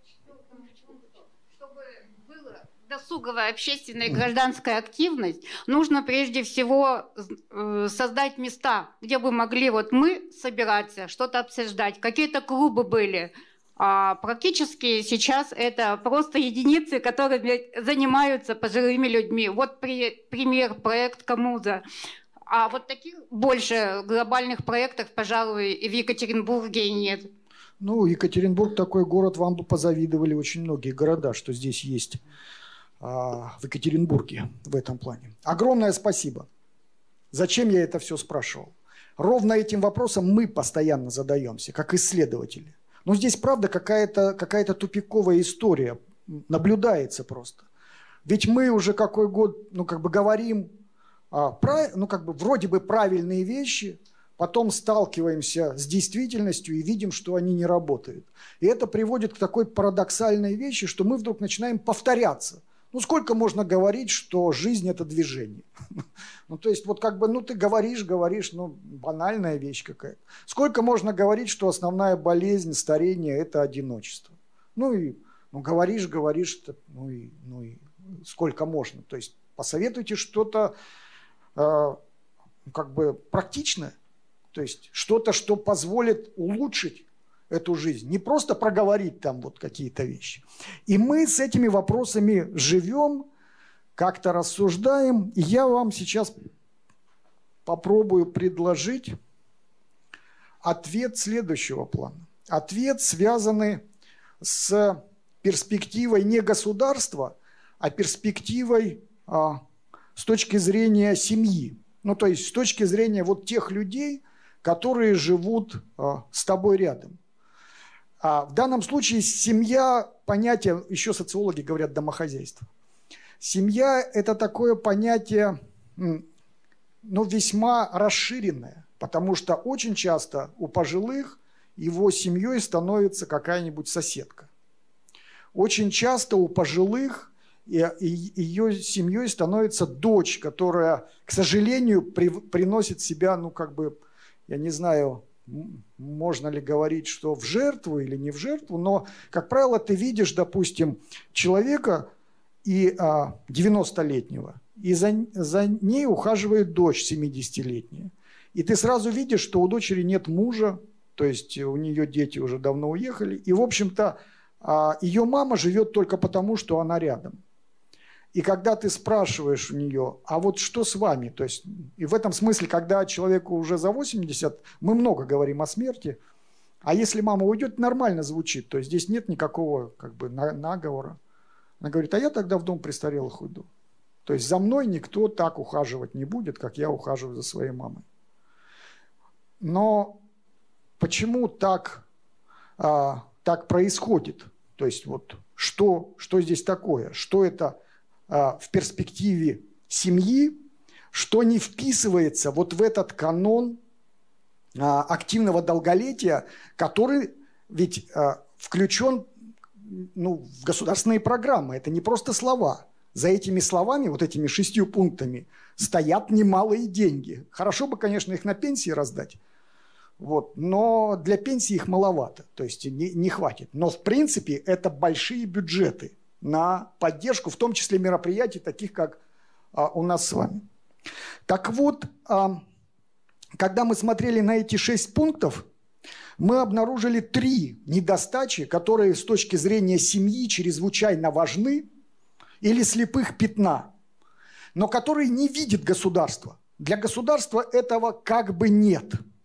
Чтобы была досуговая общественная и гражданская активность, нужно прежде всего создать места, где бы могли вот мы собираться, что-то обсуждать. Какие-то клубы были. А практически сейчас это просто единицы, которые занимаются пожилыми людьми. Вот пример, проект «Комуза». А вот таких больше глобальных проектов, пожалуй, в Екатеринбурге нет. Ну, Екатеринбург такой город, вам бы позавидовали очень многие города, что здесь есть в Екатеринбурге в этом плане. Огромное спасибо. Зачем я это все спрашивал? Ровно этим вопросом мы постоянно задаемся, как исследователи. Но здесь, правда, какая-то тупиковая история наблюдается просто. Ведь мы уже какой год, говорим, вроде бы правильные вещи, потом сталкиваемся с действительностью и видим, что они не работают. И это приводит к такой парадоксальной вещи, что мы вдруг начинаем повторяться. Сколько можно говорить, что жизнь – это движение? То есть, ты говоришь, банальная вещь какая-то. Сколько можно говорить, что основная болезнь, старение – это одиночество? Говоришь, сколько можно? То есть, посоветуйте что-то практичное, то есть, что-то, что позволит улучшить эту жизнь, не просто проговорить там какие-то вещи. И мы с этими вопросами живем, как-то рассуждаем. И я вам сейчас попробую предложить ответ следующего плана. Ответ, связанный с перспективой не государства, а перспективой с точки зрения семьи. То есть с точки зрения тех людей, которые живут с тобой рядом. В данном случае семья, понятие, еще социологи говорят, домохозяйство. Семья – это такое понятие, весьма расширенное, потому что очень часто у пожилых его семьей становится какая-нибудь соседка. Очень часто у пожилых ее семьей становится дочь, которая, к сожалению, приносит себя, я не знаю, можно ли говорить, что в жертву или не в жертву, но, как правило, ты видишь, допустим, человека и 90-летнего, и за ней ухаживает дочь 70-летняя. И ты сразу видишь, что у дочери нет мужа, то есть у нее дети уже давно уехали, и, в общем-то, ее мама живет только потому, что она рядом. И когда ты спрашиваешь у нее, а вот что с вами? То есть, и в этом смысле, когда человеку уже за 80, мы много говорим о смерти, а если мама уйдет, нормально звучит, то есть здесь нет никакого наговора. Она говорит, а я тогда в дом престарелых уйду. То есть за мной никто так ухаживать не будет, как я ухаживаю за своей мамой. Но почему так происходит? То есть что здесь такое? Что это в перспективе семьи, что не вписывается в этот канон активного долголетия, который ведь включен в государственные программы. Это не просто слова. За этими словами, этими 6 пунктами, стоят немалые деньги. Хорошо бы, конечно, их на пенсии раздать, но для пенсии их маловато, то есть не хватит. Но в принципе это большие бюджеты на поддержку, в том числе мероприятий, таких как у нас с вами. Так вот, когда мы смотрели на эти 6 пунктов, мы обнаружили 3 недостачи, которые с точки зрения семьи чрезвычайно важны, или слепых пятна, но которые не видит государство. Для государства этого нет.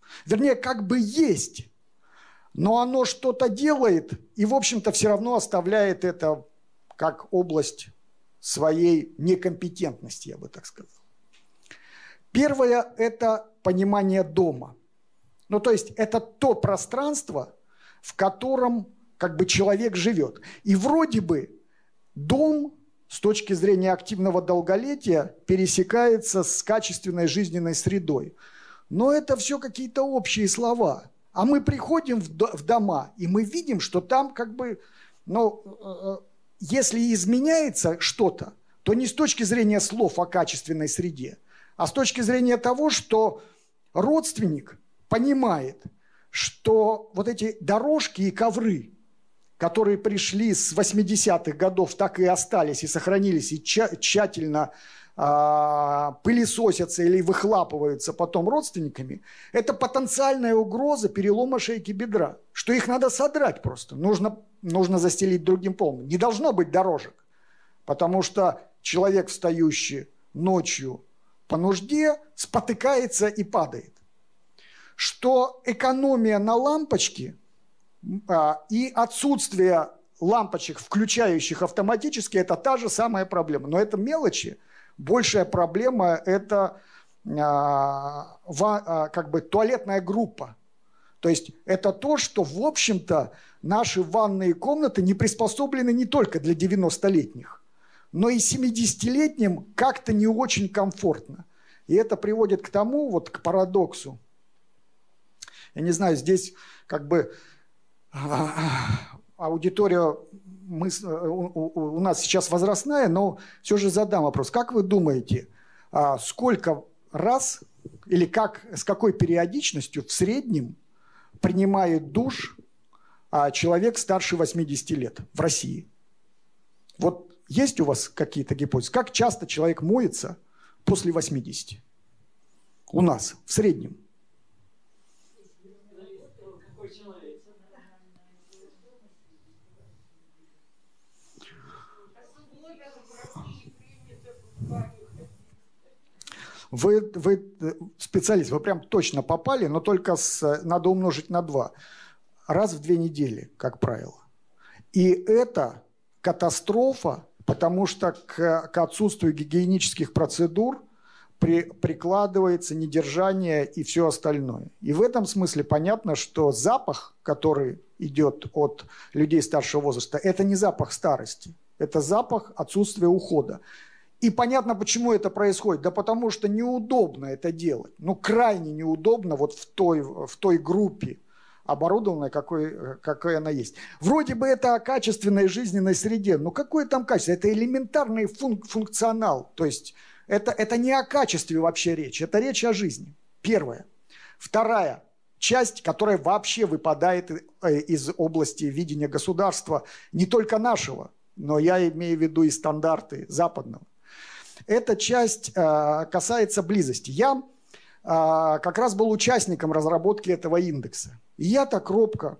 Вернее, как бы есть, но оно что-то делает и, в общем-то, все равно оставляет это как область своей некомпетентности, я бы так сказал. Первое – это понимание дома. Ну, то есть это то пространство, в котором как бы человек живет. И вроде бы дом с точки зрения активного долголетия пересекается с качественной жизненной средой. Но это все какие-то общие слова. А мы приходим в дома, и мы видим, что там как бы, ну, если изменяется что-то, то не с точки зрения слов о качественной среде, а с точки зрения того, что родственник понимает, что вот эти дорожки и ковры, которые пришли с 80-х годов, так и остались, и сохранились, и тщательно пылесосятся или выхлапываются потом родственниками, это потенциальная угроза перелома шейки бедра, что их надо содрать просто, нужно застелить другим полом. Не должно быть дорожек, потому что человек, встающий ночью по нужде, спотыкается и падает. Что экономия на лампочке и отсутствие лампочек, включающих автоматически, это та же самая проблема. Но это мелочи. Большая проблема – это как бы туалетная группа. То есть это то, что, в общем-то, наши ванные комнаты не приспособлены не только для 90-летних, но и 70-летним как-то не очень комфортно. И это приводит к тому, вот к парадоксу. Я не знаю, здесь как бы аудитория у нас сейчас возрастная, но все же задам вопрос. Как вы думаете, сколько раз или с какой периодичностью в среднем принимает душ человек старше 80 лет в России? Вот есть у вас какие-то гипотезы? Как часто человек моется после 80? У нас в среднем. Вы специалист, вы прям точно попали, но только надо умножить на 2. Раз в 2 недели, как правило. И это катастрофа, потому что к отсутствию гигиенических процедур прикладывается недержание и все остальное. И в этом смысле понятно, что запах, который идет от людей старшего возраста, это не запах старости, это запах отсутствия ухода. И понятно, почему это происходит. Да потому что неудобно это делать. Ну, крайне неудобно вот в той группе оборудованной, какой она есть. Вроде бы это о качественной жизненной среде. Но какое там качество? Это элементарный функционал. То есть это не о качестве вообще речь. Это речь о жизни. Первое. Вторая часть, которая вообще выпадает из области видения государства, не только нашего, но я имею в виду и стандарты западного. Эта часть касается близости. Я как раз был участником разработки этого индекса. И я так робко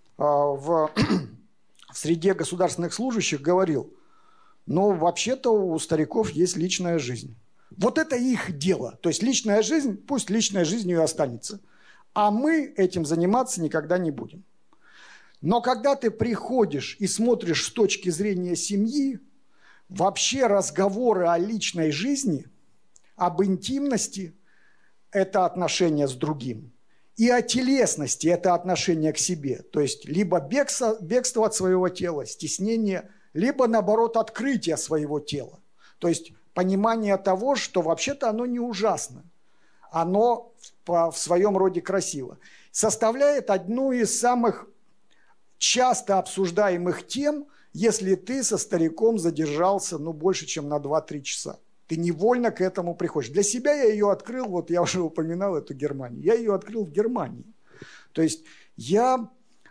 в среде государственных служащих говорил, но вообще-то у стариков есть личная жизнь. Вот это их дело. То есть личная жизнь, пусть личная жизнь ее останется. А мы этим заниматься никогда не будем. Но когда ты приходишь и смотришь с точки зрения семьи, вообще разговоры о личной жизни, об интимности – это отношение с другим. И о телесности – это отношение к себе. То есть либо бегство от своего тела, стеснение, либо, наоборот, открытие своего тела. То есть понимание того, что вообще-то оно не ужасно. Оно в своем роде красиво. Составляет одну из самых часто обсуждаемых тем, если ты со стариком задержался больше, чем на 2-3 часа. Ты невольно к этому приходишь. Для себя я ее открыл, вот я уже упоминал эту Германию, я ее открыл в Германии. То есть я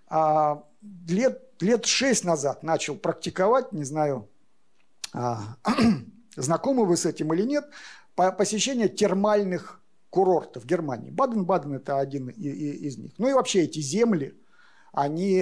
лет 6 назад начал практиковать, не знаю, знакомы вы с этим или нет, посещение термальных курортов в Германии. Баден-Баден – это один из них. Ну и вообще эти земли, они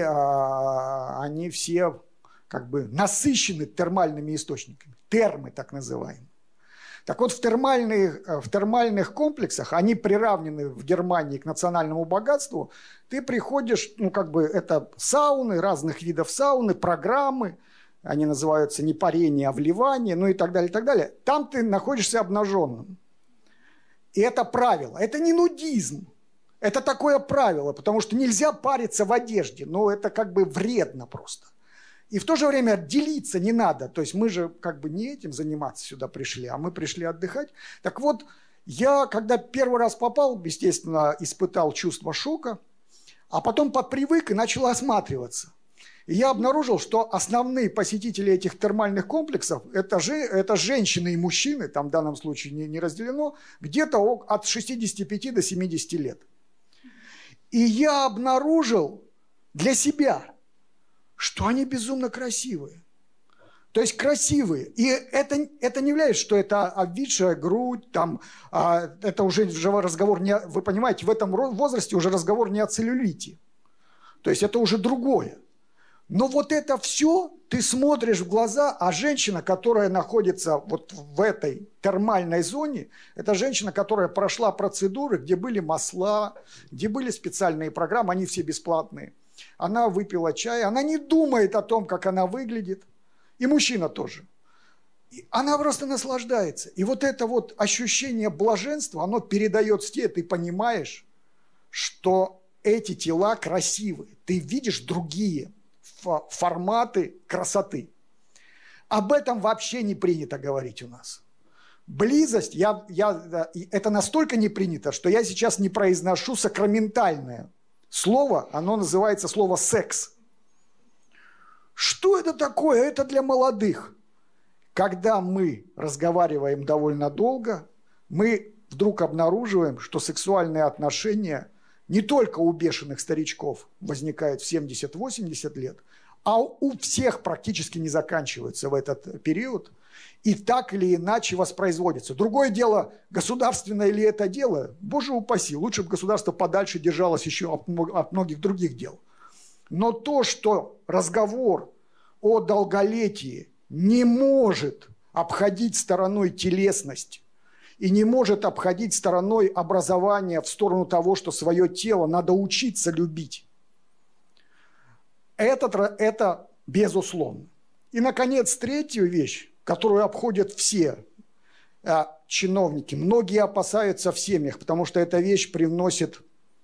все как бы насыщены термальными источниками. Термы так называемые. Так вот, в термальных комплексах, они приравнены в Германии к национальному богатству, ты приходишь, ну, как бы, это сауны, разных видов сауны, программы, они называются не парение, а вливание, ну и так далее, и так далее. Там ты находишься обнаженным. И это правило, это не нудизм, это такое правило, потому что нельзя париться в одежде, но это как бы вредно просто. И в то же время делиться не надо. То есть мы же как бы не этим заниматься сюда пришли, а мы пришли отдыхать. Так вот, я, когда первый раз попал, естественно, испытал чувство шока, а потом попривык и начал осматриваться. И я обнаружил, что основные посетители этих термальных комплексов – это женщины и мужчины, там в данном случае не разделено, где-то от 65 до 70 лет. И я обнаружил для себя, что они безумно красивые. То есть красивые. И это не является, что это обвисшая грудь, там, это уже разговор не... Вы понимаете, в этом возрасте уже разговор не о целлюлите. То есть это уже другое. Но вот это все ты смотришь в глаза, а женщина, которая находится вот в этой термальной зоне, это женщина, которая прошла процедуры, где были масла, где были специальные программы, они все бесплатные. Она выпила чай, она не думает о том, как она выглядит. И мужчина тоже. И она просто наслаждается. И вот это вот ощущение блаженства, оно передается тебе, ты понимаешь, что эти тела красивые. Ты видишь другие форматы красоты. Об этом вообще не принято говорить у нас. Близость, это настолько не принято, что я сейчас не произношу сакраментальное слово, оно называется слово «секс». Что это такое? Это для молодых. Когда мы разговариваем довольно долго, мы вдруг обнаруживаем, что сексуальные отношения не только у бешеных старичков возникают в 70-80 лет, а у всех практически не заканчиваются в этот период и так или иначе воспроизводятся. Другое дело, государственное ли это дело, боже упаси, лучше бы государство подальше держалось еще от многих других дел. Но то, что разговор о долголетии не может обходить стороной телесность и не может обходить стороной образования в сторону того, что свое тело надо учиться любить, это безусловно. И, наконец, третью вещь, которую обходят все чиновники. Многие опасаются в семьях, потому что эта вещь привносит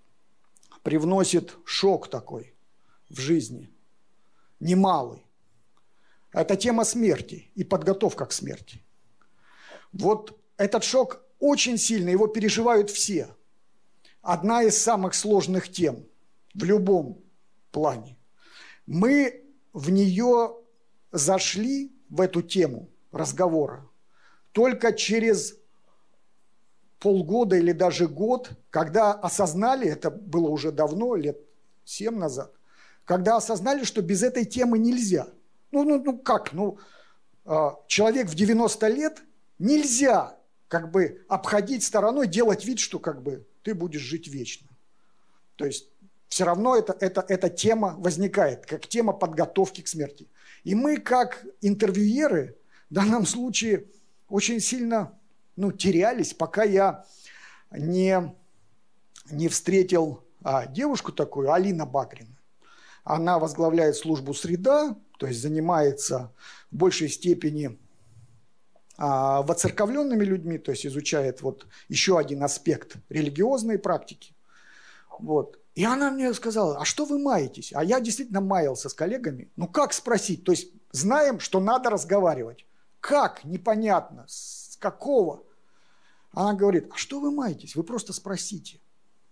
шок такой в жизни, немалый. Это тема смерти и подготовка к смерти. Вот этот шок очень сильный, его переживают все. Одна из самых сложных тем в любом плане. Мы в нее зашли, в эту тему разговора, только через полгода или даже год, когда осознали, это было уже давно, лет 7 назад, когда осознали, что без этой темы нельзя. Человек в 90 лет нельзя как бы обходить стороной, делать вид, что как бы ты будешь жить вечно. То есть все равно эта тема возникает, как тема подготовки к смерти. И мы, как интервьюеры, в данном случае очень сильно терялись, пока я не встретил девушку такую, Алина Бакрина. Она возглавляет службу «Среда», то есть занимается в большей степени воцерковленными людьми, то есть изучает вот еще один аспект религиозной практики. Вот. И она мне сказала: а что вы маетесь? А я действительно маялся с коллегами. Как спросить? То есть знаем, что надо разговаривать. Как? Непонятно. С какого? Она говорит: а что вы маетесь? Вы просто спросите.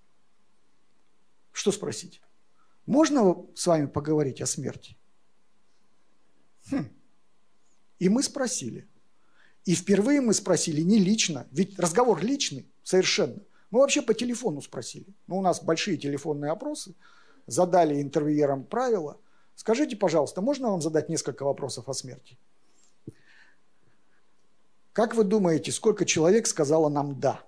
Что спросить? Можно с вами поговорить о смерти? И мы спросили. И впервые мы спросили не лично, ведь разговор личный совершенно. Мы вообще по телефону спросили. У нас большие телефонные опросы, задали интервьюерам правила. Скажите, пожалуйста, можно вам задать несколько вопросов о смерти? Как вы думаете, сколько человек сказало нам «да»?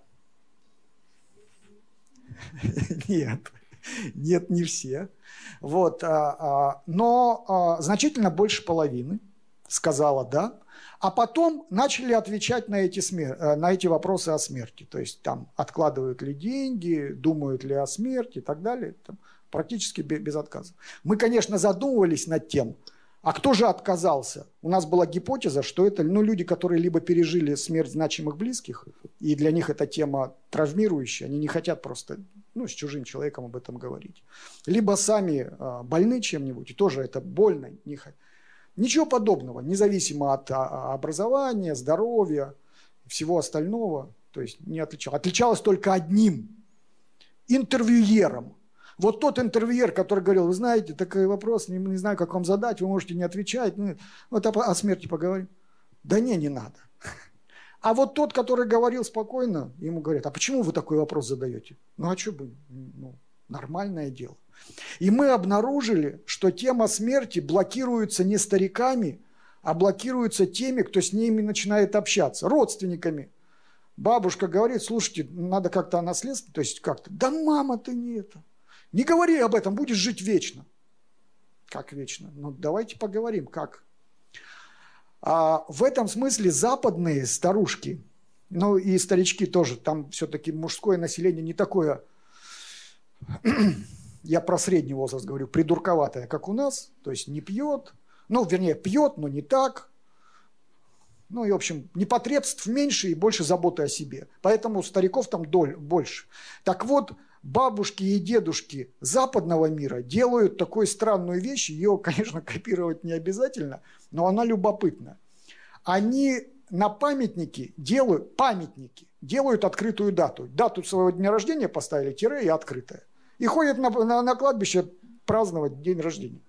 Нет, не все. Вот, но значительно больше половины сказала «да», а потом начали отвечать на эти вопросы о смерти. То есть там откладывают ли деньги, думают ли о смерти и так далее. Там, практически без отказа. Мы, конечно, задумывались над тем, а кто же отказался? У нас была гипотеза, что это люди, которые либо пережили смерть значимых близких, и для них эта тема травмирующая, они не хотят просто с чужим человеком об этом говорить. Либо сами больны чем-нибудь, и тоже это больно. Ничего подобного, независимо от образования, здоровья, всего остального, то есть не отличалось. Отличалось только одним – интервьюером. Вот тот интервьюер, который говорил, вы знаете, такой вопрос, не знаю, как вам задать, вы можете не отвечать, вот о смерти поговорим. Да не надо. А вот тот, который говорил спокойно, ему говорят, а почему вы такой вопрос задаете? А что бы, нормальное дело. И мы обнаружили, что тема смерти блокируется не стариками, а блокируется теми, кто с ними начинает общаться, родственниками. Бабушка говорит, слушайте, надо как-то о наследстве, то есть как-то, да мама, ты не это. Не говори об этом, будешь жить вечно. Как вечно? Давайте поговорим, как. В этом смысле западные старушки, и старички тоже, там все-таки мужское население не такое, я про средний возраст говорю, придурковатое, как у нас, то есть не пьет, пьет, но не так. И, в общем, непотребств меньше и больше заботы о себе. Поэтому стариков там больше. Так вот, бабушки и дедушки западного мира делают такую странную вещь, ее, конечно, копировать не обязательно, но она любопытна. Они на памятники делают открытую дату. Дату своего дня рождения поставили, тире и открытая. И ходят на кладбище праздновать день рождения.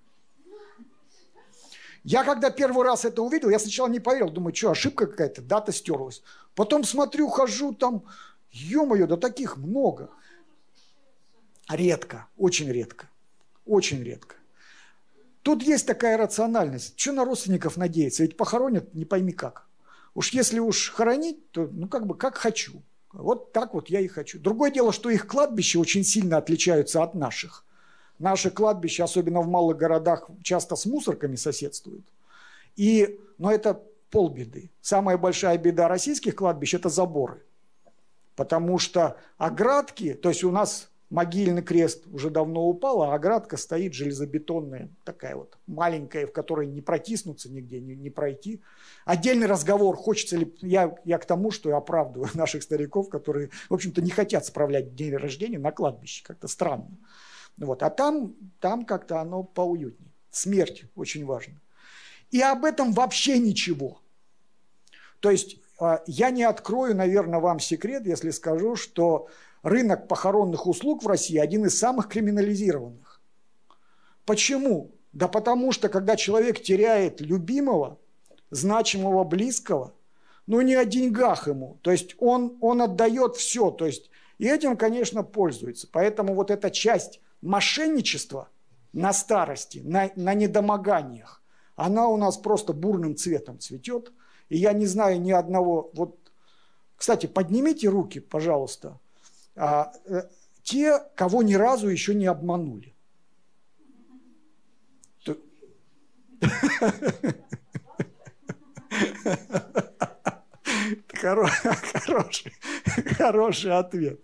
Я когда первый раз это увидел, я сначала не поверил, думаю, что, ошибка какая-то, дата стерлась. Потом смотрю, хожу, там, ё-моё, да таких много. Редко, очень редко, очень редко. Тут есть такая рациональность. Что на родственников надеяться? Ведь похоронят не пойми как. Уж если хоронить, то как хочу. Вот так вот я и хочу. Другое дело, что их кладбища очень сильно отличаются от наших. Наши кладбища, особенно в малых городах, часто с мусорками соседствуют. Но это полбеды. Самая большая беда российских кладбищ – это заборы. Потому что оградки, то есть у нас могильный крест уже давно упал, а оградка стоит железобетонная, такая вот маленькая, в которой не протиснуться нигде, не пройти. Отдельный разговор, хочется ли... Я к тому, что я оправдываю наших стариков, которые, в общем-то, не хотят справлять день рождения на кладбище, как-то странно. А там как-то оно поуютнее. Смерть очень важна. И об этом вообще ничего. То есть я не открою, наверное, вам секрет, если скажу, что рынок похоронных услуг в России один из самых криминализированных. Почему? Да потому что, когда человек теряет любимого, значимого близкого, не о деньгах ему, то есть он отдает все, то есть и этим, конечно, пользуется. Поэтому вот эта часть мошенничества на старости, на недомоганиях, она у нас просто бурным цветом цветет. И я не знаю ни одного... Кстати, поднимите руки, пожалуйста, те, кого ни разу еще не обманули. Хороший ответ.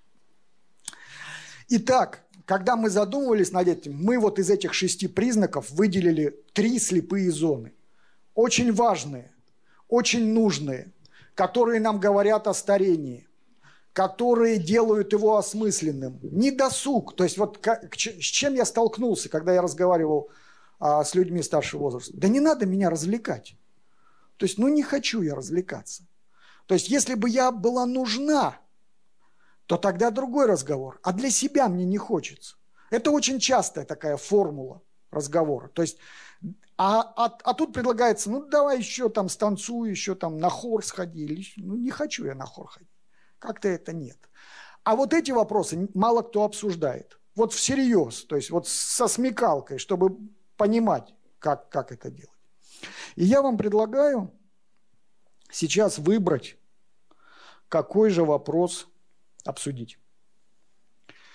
Итак, когда мы задумывались над этим, мы из этих 6 признаков выделили 3 слепые зоны. Очень важные, очень нужные, которые нам говорят о старении, которые делают его осмысленным. Недосуг. То есть с чем я столкнулся, когда я разговаривал с людьми старшего возраста? Да не надо меня развлекать. То есть не хочу я развлекаться. То есть если бы я была нужна, то тогда другой разговор. А для себя мне не хочется. Это очень частая такая формула разговора. То есть, тут предлагается, давай еще там станцуй, еще там на хор сходи. Не хочу я на хор ходить. Как-то это нет. А эти вопросы мало кто обсуждает. Всерьез, то есть со смекалкой, чтобы понимать, как это делать. И я вам предлагаю сейчас выбрать, какой же вопрос обсудить.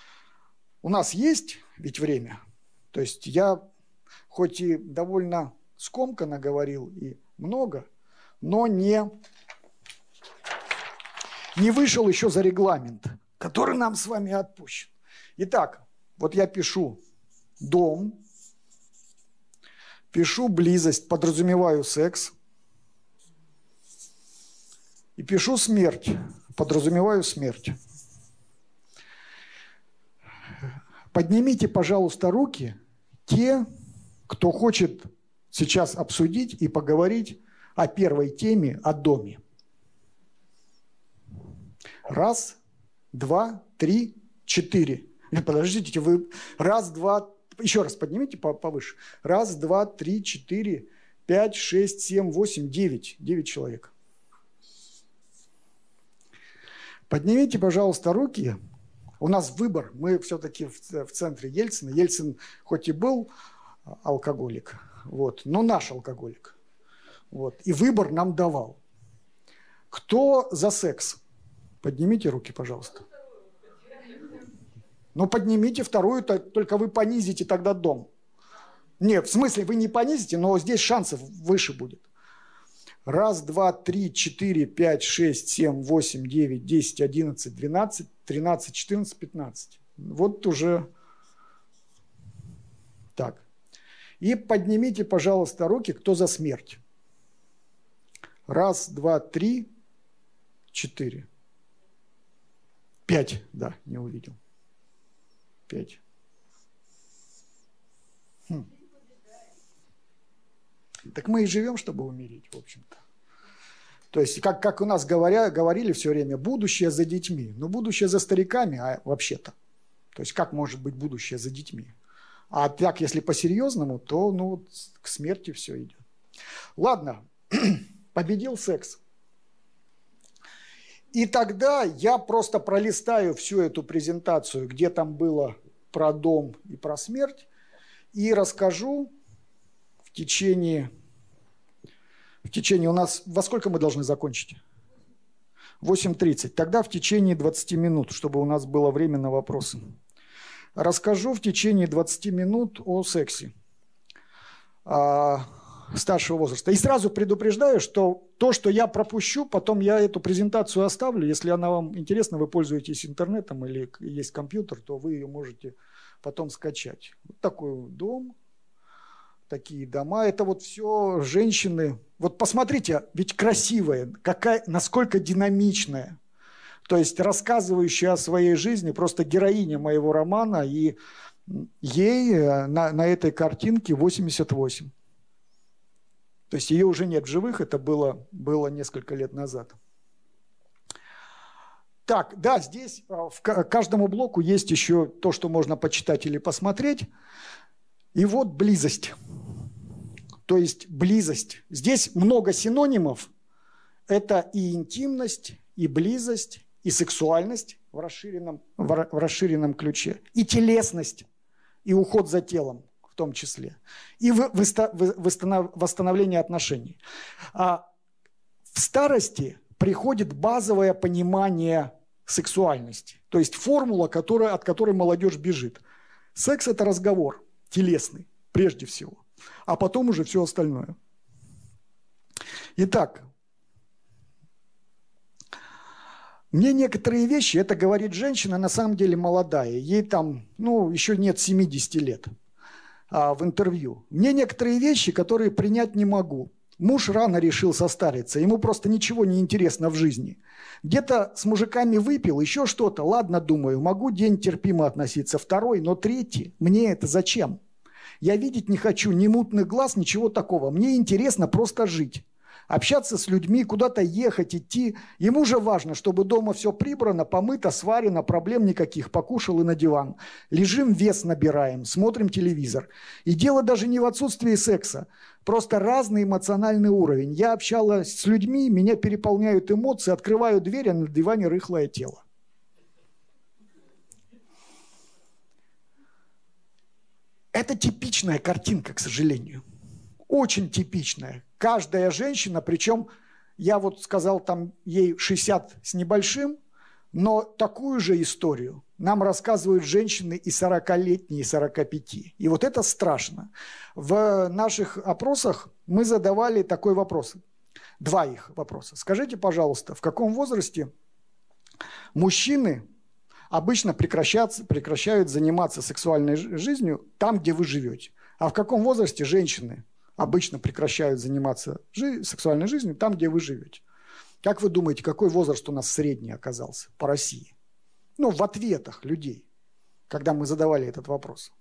У нас есть ведь время. То есть я хоть и довольно скомканно говорил и много, но не вышел еще за регламент, который нам с вами отпущен. Итак, вот я пишу дом, пишу близость, подразумеваю секс, и пишу смерть, подразумеваю смерть. Поднимите, пожалуйста, руки те, кто хочет сейчас обсудить и поговорить о первой теме, о доме. 1, 2, 3, 4. Нет, подождите, вы 1, 2, еще раз поднимите повыше. 1, 2, 3, 4, 5, 6, 7, 8, 9. 9 человек. Поднимите, пожалуйста, руки. У нас выбор. Мы все-таки в центре Ельцина. Ельцин хоть и был алкоголик, вот, но наш алкоголик. Вот, и выбор нам давал. Кто за секс? Поднимите руки, пожалуйста. Ну, поднимите вторую, только вы понизите тогда дом. Нет, в смысле, вы не понизите, но здесь шансов выше будет. 1, 2, 3, 4, 5, 6, 7, 8, 9, 10, 11, 12, 13, 14, 15. Вот уже так. И поднимите, пожалуйста, руки, кто за смерть. 1, 2, 3, 4. 5, да, не увидел. 5. Так мы и живем, чтобы умереть, в общем-то. То есть, как у нас говорили все время, будущее за детьми. Но будущее за стариками, а вообще-то. То есть, как может быть будущее за детьми? А так, если по-серьезному, то ну, к смерти все идет. Ладно, победил секс. И тогда я просто пролистаю всю эту презентацию, где там было про дом и про смерть, и расскажу в течение у нас... Во сколько мы должны закончить? 8:30. Тогда в течение 20 минут, чтобы у нас было время на вопросы. Расскажу в течение 20 минут о сексе старшего возраста. И сразу предупреждаю, что то, что я пропущу, потом я эту презентацию оставлю. Если она вам интересна, вы пользуетесь интернетом или есть компьютер, то вы ее можете потом скачать. Вот такой дом, такие дома. Это вот все женщины. Вот посмотрите, ведь красивая, насколько динамичная. То есть рассказывающая о своей жизни, просто героиня моего романа. И ей на этой картинке 88. То есть ее уже нет в живых, это было несколько лет назад. Так, да, здесь в каждому блоку есть еще то, что можно почитать или посмотреть. И вот близость. То есть близость. Здесь много синонимов. Это и интимность, и близость, и сексуальность в расширенном ключе, и телесность, и уход за телом в том числе, и восстановление отношений. В старости приходит базовое понимание сексуальности, то есть формула, от которой молодежь бежит. Секс – это разговор телесный, прежде всего, а потом уже все остальное. Итак, мне некоторые вещи, это говорит женщина, на самом деле молодая, ей там, еще нет 70 лет в интервью. Мне некоторые вещи, которые принять не могу. Муж рано решил состариться, ему просто ничего не интересно в жизни. Где-то с мужиками выпил, еще что-то, ладно, думаю, могу день терпимо относиться, второй, но третий, мне это зачем? Я видеть не хочу ни мутных глаз, ничего такого, мне интересно просто жить. Общаться с людьми, куда-то ехать, идти. Ему же важно, чтобы дома все прибрано, помыто, сварено, проблем никаких, покушал и на диван. Лежим, вес набираем, смотрим телевизор. И дело даже не в отсутствии секса, просто разный эмоциональный уровень. Я общалась с людьми, меня переполняют эмоции, открываю дверь, а на диване рыхлое тело. Это типичная картинка, к сожалению. Очень типичная. Каждая женщина, причем я вот сказал, там ей 60 с небольшим, но такую же историю нам рассказывают женщины и 40-летние, и 45. И вот это страшно. В наших опросах мы задавали такой вопрос. 2 их вопроса. Скажите, пожалуйста, в каком возрасте мужчины обычно прекращают заниматься сексуальной жизнью там, где вы живете? А в каком возрасте женщины обычно прекращают заниматься сексуальной жизнью там, где вы живете? Как вы думаете, какой возраст у нас средний оказался по России? Ну, в ответах людей, когда мы задавали этот вопрос.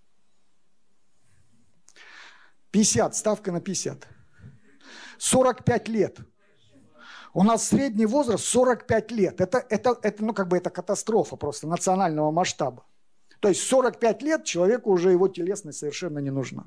50, ставка на 50. 45 лет. У нас средний возраст 45 лет. Это катастрофа просто национального масштаба. То есть 45 лет человеку уже его телесность совершенно не нужна.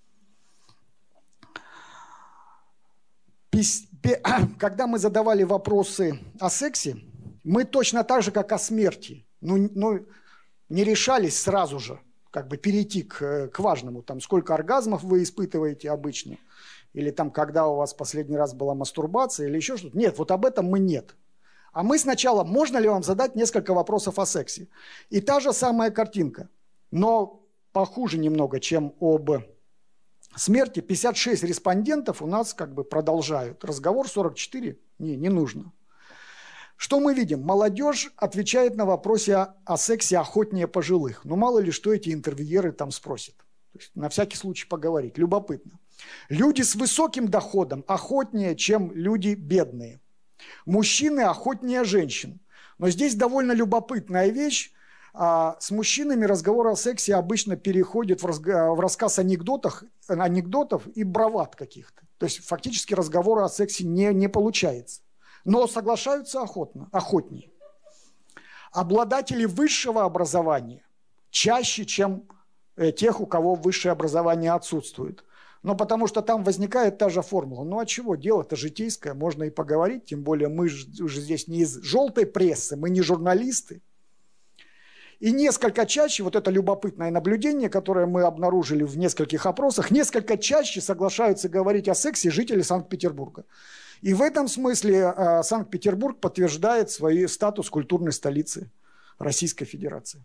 Когда мы задавали вопросы о сексе, мы точно так же, как о смерти, не решались сразу же перейти к важному. Там, сколько оргазмов вы испытываете обычно, или там, когда у вас последний раз была мастурбация, или еще что-то. Нет, вот об этом мы нет. А мы сначала, можно ли вам задать несколько вопросов о сексе? И та же самая картинка, но похуже немного, чем об смерти. 56 респондентов у нас продолжают. Разговор 44 не нужно. Что мы видим? Молодежь отвечает на вопросы о сексе охотнее пожилых. Но мало ли, что эти интервьюеры там спросят. То есть, на всякий случай поговорить. Любопытно. Люди с высоким доходом охотнее, чем люди бедные. Мужчины охотнее женщин. Но здесь довольно любопытная вещь. С мужчинами разговор о сексе обычно переходит в рассказ анекдотов и бравад каких-то. То есть фактически разговора о сексе не получается. Но соглашаются охотнее. Обладатели высшего образования чаще, чем тех, у кого высшее образование отсутствует. Но потому что там возникает та же формула. Ну а чего? Дело-то житейское, можно и поговорить. Тем более мы уже здесь не из желтой прессы, мы не журналисты. И несколько чаще, вот это любопытное наблюдение, которое мы обнаружили в нескольких опросах, несколько чаще соглашаются говорить о сексе жители Санкт-Петербурга. И в этом смысле Санкт-Петербург подтверждает свой статус культурной столицы Российской Федерации.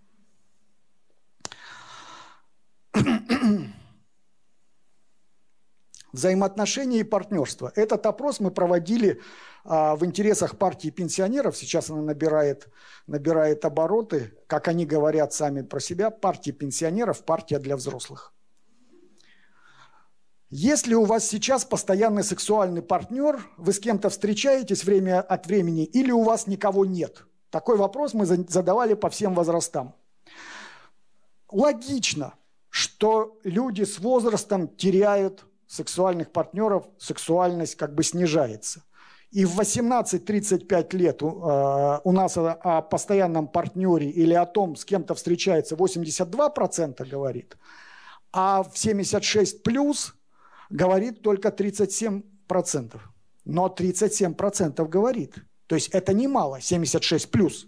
Взаимоотношения и партнерство. Этот опрос мы проводили в интересах партии пенсионеров. Сейчас она набирает обороты. Как они говорят сами про себя, партия пенсионеров – партия для взрослых. Если у вас сейчас постоянный сексуальный партнер, вы с кем-то встречаетесь время от времени или у вас никого нет? Такой вопрос мы задавали по всем возрастам. Логично, что люди с возрастом теряют сексуальных партнеров, сексуальность снижается. И в 18-35 лет у нас о постоянном партнере или о том, с кем-то встречается, 82% говорит, а в 76 плюс говорит только 37%. Но 37% говорит. То есть это немало, 76 плюс.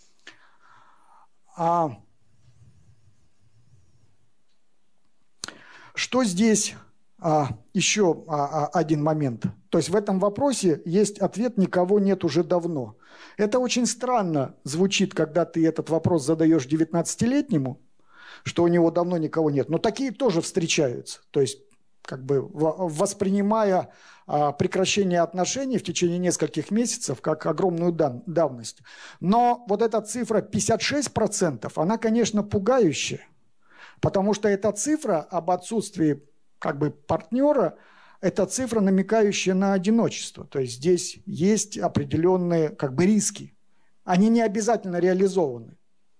Что здесь? Еще один момент. То есть в этом вопросе есть ответ «никого нет уже давно». Это очень странно звучит, когда ты этот вопрос задаешь 19-летнему, что у него давно никого нет. Но такие тоже встречаются. То есть воспринимая прекращение отношений в течение нескольких месяцев как огромную давность. Но вот эта цифра 56%, она, конечно, пугающая, потому что эта цифра об отсутствии партнера, это цифра, намекающая на одиночество. То есть здесь есть определенные риски. Они не обязательно реализованы.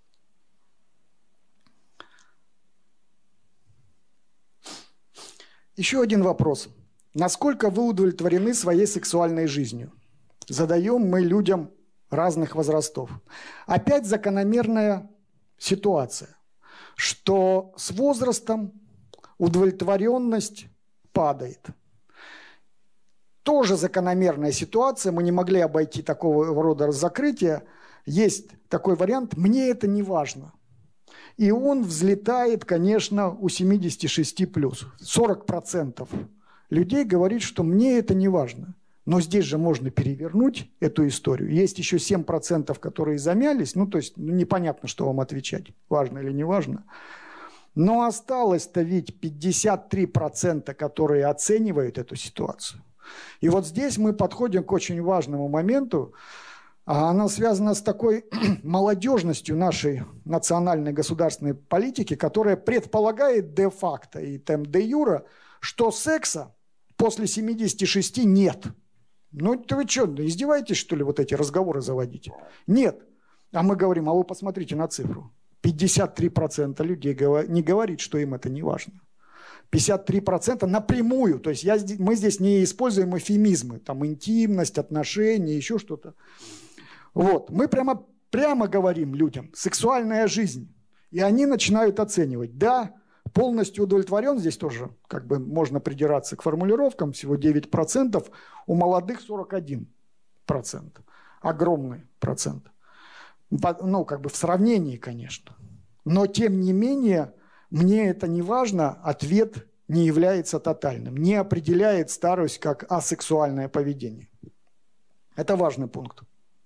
Еще один вопрос. Насколько вы удовлетворены своей сексуальной жизнью? Задаем мы людям разных возрастов. Опять закономерная ситуация, что с возрастом удовлетворенность падает. Тоже закономерная ситуация, мы не могли обойти такого рода закрытия. Есть такой вариант «мне это не важно». И он взлетает, конечно, у 76+. 40% людей говорит, что «мне это не важно». Но здесь же можно перевернуть эту историю. Есть еще 7%, которые замялись. Ну, то есть непонятно, что вам отвечать, важно или не важно. Но осталось-то ведь 53%, которые оценивают эту ситуацию. И вот здесь мы подходим к очень важному моменту. Она связана с такой молодежностью нашей национальной государственной политики, которая предполагает де-факто и де-юра, что секса после 76 нет. Ну, это вы что, издеваетесь, что ли, вот эти разговоры заводите? Нет. А мы говорим, а вы посмотрите на цифру. 53% людей не говорит, что им это не важно. 53% напрямую. То есть мы здесь не используем эвфемизмы, там интимность, отношения, еще что-то. Вот. Мы прямо говорим людям, сексуальная жизнь. И они начинают оценивать. Да, полностью удовлетворен, здесь тоже как бы можно придираться к формулировкам, всего 9%, у молодых 41%. Огромный процент. Ну, как бы в сравнении, конечно. Но, тем не менее, мне это не важно, ответ не является тотальным, не определяет старость как асексуальное поведение. Это важный пункт.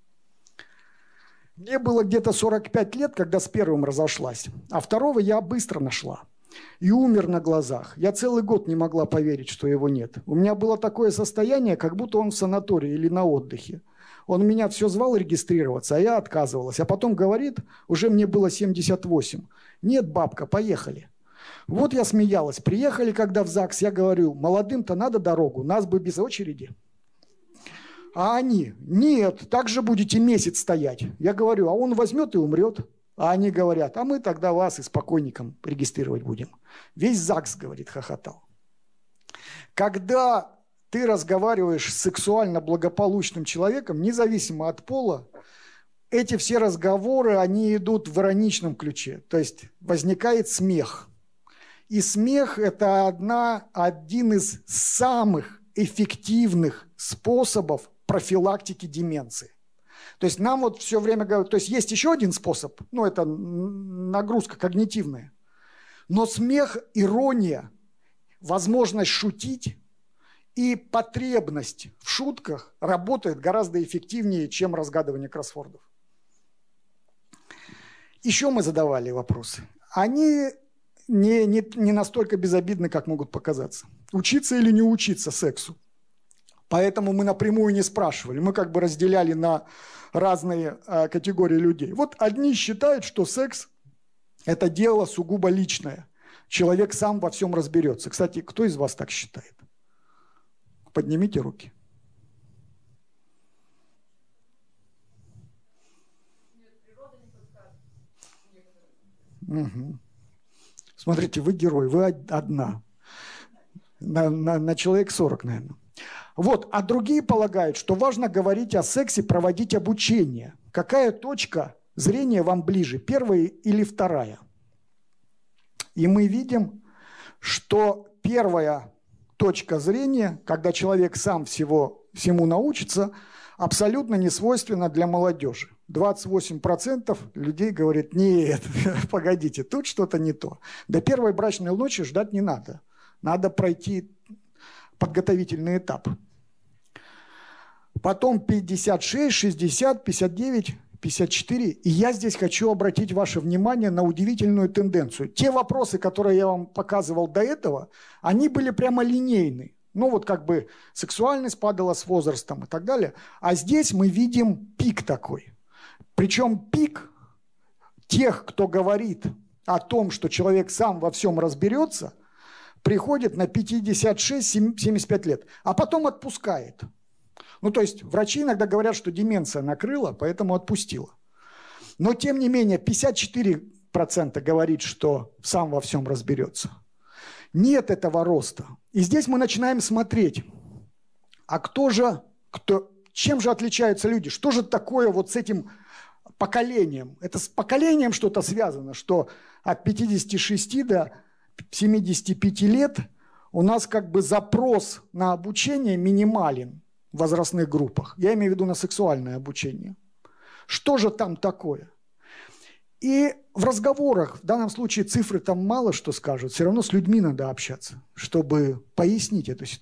Мне было где-то 45 лет, когда с первым разошлась, а второго я быстро нашла. И умер на глазах. Я целый год не могла поверить, что его нет. У меня было такое состояние, как будто он в санатории или на отдыхе. Он меня все звал регистрироваться, а я отказывалась. А потом говорит, уже мне было 78. Нет, бабка, поехали. Вот я смеялась. Приехали, когда в ЗАГС, я говорю, молодым-то надо дорогу, нас бы без очереди. А они, нет, так же будете месяц стоять. Я говорю, а он возьмет и умрет. А они говорят, а мы тогда вас и с покойником регистрировать будем. Весь ЗАГС, говорит, хохотал. Когда ты разговариваешь с сексуально благополучным человеком, независимо от пола, эти все разговоры, они идут в ироничном ключе. То есть возникает смех. И смех – это один из самых эффективных способов профилактики деменции. То есть нам вот все время говорят, то есть есть еще один способ, ну это нагрузка когнитивная, но смех, ирония, возможность шутить и потребность в шутках работает гораздо эффективнее, чем разгадывание кроссвордов. Еще мы задавали вопросы. Они не настолько безобидны, как могут показаться. Учиться или не учиться сексу? Поэтому мы напрямую не спрашивали. Мы как бы разделяли на разные категории людей. Вот одни считают, что секс – это дело сугубо личное. Человек сам во всем разберется. Кстати, кто из вас так считает? Поднимите руки. Угу. Смотрите, вы герой, вы одна. На человек 40, наверное. Вот, а другие полагают, что важно говорить о сексе, проводить обучение. Какая точка зрения вам ближе, первая или вторая? И мы видим, что первая точка зрения, когда человек сам всему научится, абсолютно не свойственна для молодежи. 28% людей говорят, нет, погодите, тут что-то не то. До первой брачной ночи ждать не надо. Надо пройти подготовительный этап. Потом 56, 60, 59, 54. И я здесь хочу обратить ваше внимание на удивительную тенденцию. Те вопросы, которые я вам показывал до этого, они были прямо линейны. Ну вот как бы сексуальность падала с возрастом и так далее. А здесь мы видим пик такой. Причем пик тех, кто говорит о том, что человек сам во всем разберется, приходит на 56-75 лет, а потом отпускает. Ну, то есть врачи иногда говорят, что деменция накрыла, поэтому отпустила. Но, тем не менее, 54% говорит, что сам во всем разберется. Нет этого роста. И здесь мы начинаем смотреть, а чем же отличаются люди? Что же такое вот с этим поколением? Это с поколением что-то связано, что от 56 до 75 лет у нас как бы запрос на обучение минимален в возрастных группах. Я имею в виду на сексуальное обучение. Что же там такое? И в разговорах, в данном случае цифры там мало что скажут, все равно с людьми надо общаться, чтобы пояснить эту ситуацию.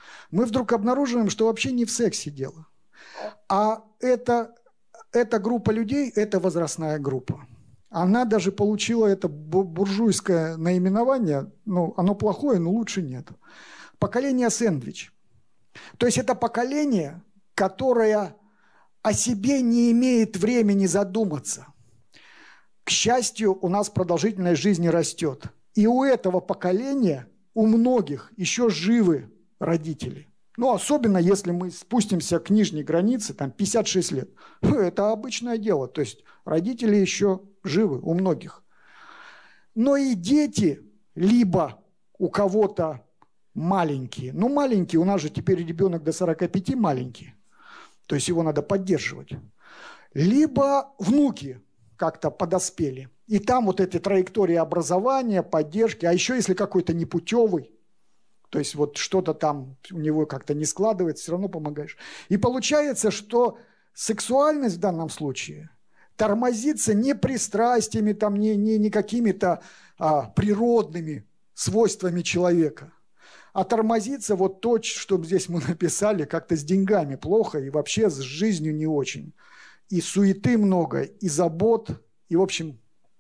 мы вдруг обнаруживаем, что вообще не в сексе дело. А эта группа людей – это возрастная группа. Она даже получила это буржуйское наименование, ну, оно плохое, но лучше нет. Поколение сэндвич. То есть это поколение, которое о себе не имеет времени задуматься. К счастью, у нас продолжительность жизни растет. И у этого поколения, у многих еще живы родители. Ну, особенно если мы спустимся к нижней границе, там 56 лет. Это обычное дело. То есть родители еще живы у многих. Но и дети либо у кого-то маленькие. Ну, маленькие, у нас же теперь ребенок до 45 маленький. То есть его надо поддерживать. Либо внуки как-то подоспели. И там вот эти траектории образования, поддержки. А еще если какой-то непутевый, то есть вот что-то там у него как-то не складывается, все равно помогаешь. И получается, что сексуальность в данном случае тормозится не пристрастиями, там, не какими-то природными свойствами человека, а тормозится вот то, что здесь мы написали, как-то с деньгами плохо и вообще с жизнью не очень. И суеты много, и забот, и, в общем,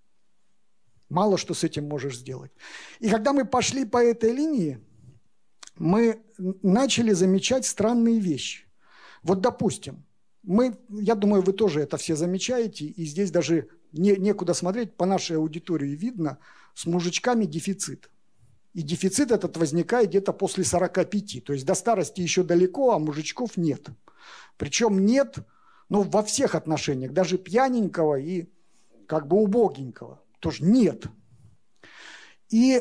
мало что с этим можешь сделать. И когда мы пошли по этой линии, мы начали замечать странные вещи. Вот, допустим, я думаю, вы тоже это все замечаете, и здесь даже некуда смотреть, по нашей аудитории видно, с мужичками дефицит. И дефицит этот возникает где-то после 45, то есть до старости еще далеко, а мужичков нет. Причем нет, ну, во всех отношениях, даже пьяненького и как бы убогенького, тоже нет. И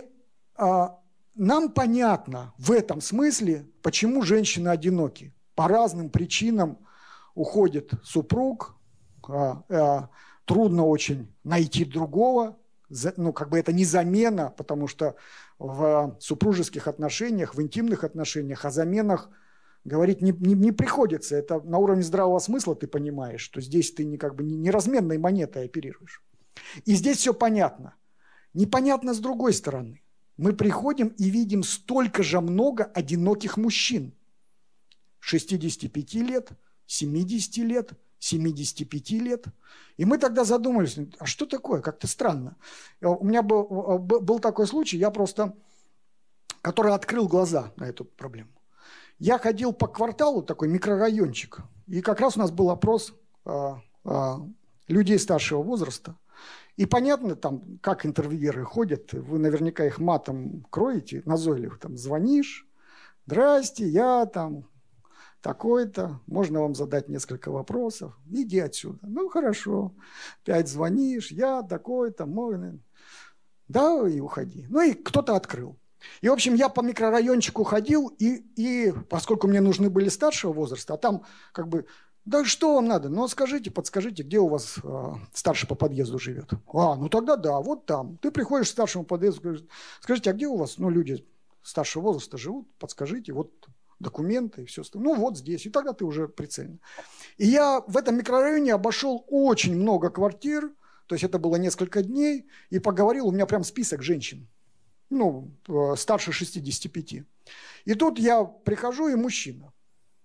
нам понятно в этом смысле, почему женщины одиноки. По разным причинам уходит супруг, трудно очень найти другого, ну, как бы это не замена, потому что в супружеских отношениях, в интимных отношениях о заменах говорить не приходится. Это на уровне здравого смысла ты понимаешь, что здесь ты не разменной монетой оперируешь. И здесь все понятно. Непонятно с другой стороны. Мы приходим и видим столько же много одиноких мужчин. 65 лет, 70 лет, 75 лет. И мы тогда задумались, а что такое? Как-то странно. У меня был такой случай, который открыл глаза на эту проблему. Я ходил по кварталу, такой микрорайончик, и как раз у нас был опрос людей старшего возраста. И понятно, там, как интервьюеры ходят, вы наверняка их матом кроете, назойливо, там, звонишь, здрасте, я там такой-то, можно вам задать несколько вопросов, иди отсюда. Ну, хорошо, опять звонишь, я такой-то, мой, да, и уходи. Ну, и кто-то открыл. И, в общем, я по микрорайончику ходил, и поскольку мне нужны были старшего возраста, а там как бы... Да что вам надо? Ну, скажите, подскажите, где у вас старший по подъезду живет? Ну тогда да, вот там. Ты приходишь к старшему подъезду, скажите, а где у вас люди старшего возраста живут? Подскажите, вот документы и все остальное. Ну, вот здесь. И тогда ты уже прицельно. И я в этом микрорайоне обошел очень много квартир, то есть это было несколько дней, и поговорил, у меня прям список женщин, ну, старше 65. И тут я прихожу, и мужчина.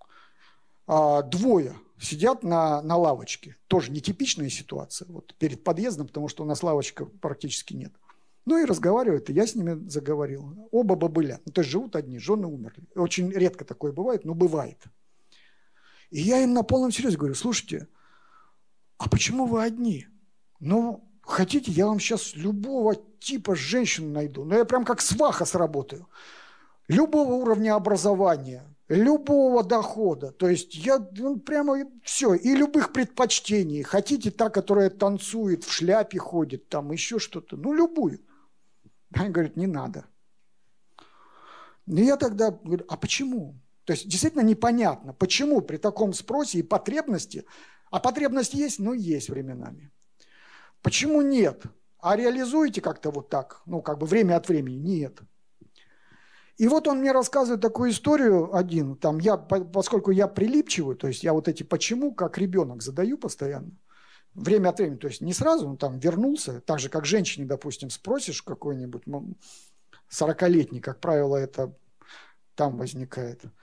Двое сидят на лавочке. Тоже нетипичная ситуация. Вот перед подъездом, потому что у нас лавочка практически нет. Ну и разговаривают, и я с ними заговорил. Оба бабыля. То есть живут одни, жены умерли. Очень редко такое бывает, но бывает. И я им на полном серьезе говорю, слушайте, а почему вы одни? Ну, хотите, я вам сейчас любого типа женщину найду. Ну, я прям как сваха сработаю. Любого уровня образования, любого дохода. То есть я прямо все. И любых предпочтений. Хотите та, которая танцует, в шляпе ходит, там еще что-то. Ну, любую. Они говорят, не надо. И я тогда говорю, а почему? То есть действительно непонятно, почему при таком спросе и потребности, а потребность есть, ну, есть временами. Почему нет? А реализуете как-то вот так, ну, как бы время от времени? Нет. И вот он мне рассказывает такую историю один, там поскольку я прилипчиваю, то есть я вот эти «почему» как ребенок задаю постоянно, время от времени, то есть не сразу, он там вернулся, так же, как женщине, допустим, спросишь какой-нибудь 40-летний, как правило, это там возникает.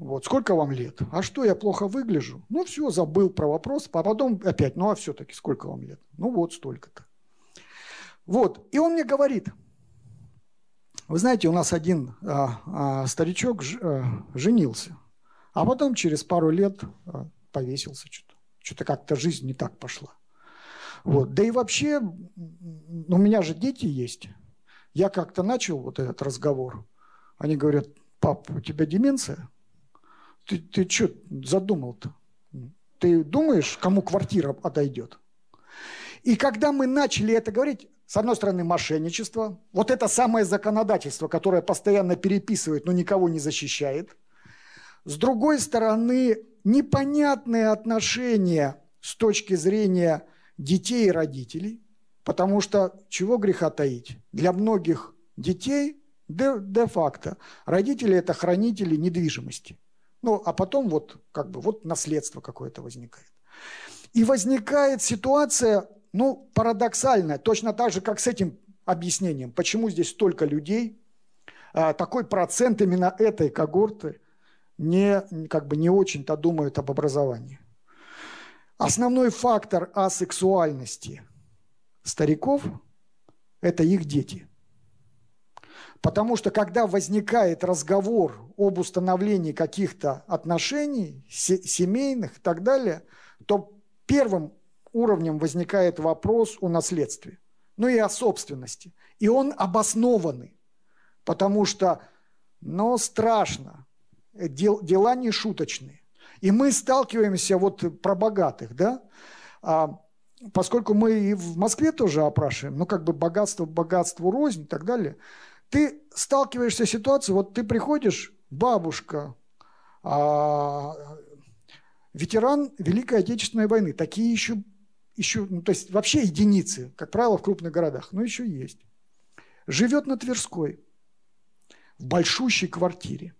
Вот, сколько вам лет? А что, я плохо выгляжу? Ну, все, забыл про вопрос. А потом опять, ну, а все-таки сколько вам лет? Ну, вот столько-то. Вот, и он мне говорит, вы знаете, у нас один старичок женился, а потом через пару лет повесился что-то. Что-то как-то жизнь не так пошла. Вот. Да и вообще, у меня же дети есть. Я как-то начал вот этот разговор. Они говорят, пап, у тебя деменция? Ты что задумал-то? Ты думаешь, кому квартира отойдет? И когда мы начали это говорить, с одной стороны, мошенничество, вот это самое законодательство, которое постоянно переписывает, но никого не защищает. С другой стороны, непонятные отношения с точки зрения детей и родителей, потому что, чего греха таить, для многих детей де-факто родители – это хранители недвижимости. Ну, а потом вот, как бы, вот наследство какое-то возникает. И возникает ситуация, ну, парадоксальная, точно так же, как с этим объяснением, почему здесь столько людей, такой процент именно этой когорты как бы не очень-то думают об образовании. Основной фактор асексуальности стариков – это их дети. Потому что когда возникает разговор об установлении каких-то отношений, семейных и так далее, то первым уровнем возникает вопрос о наследстве, ну и о собственности. И он обоснованный, потому что, ну, страшно, дела не шуточные. И мы сталкиваемся вот про богатых, да, поскольку мы и в Москве тоже опрашиваем, ну как бы богатство богатству рознь и так далее, ты сталкиваешься с ситуацией, вот ты приходишь, бабушка, ветеран Великой Отечественной войны, такие еще, ну, то есть вообще единицы, как правило, в крупных городах, но еще есть. Живет на Тверской, в большущей квартире.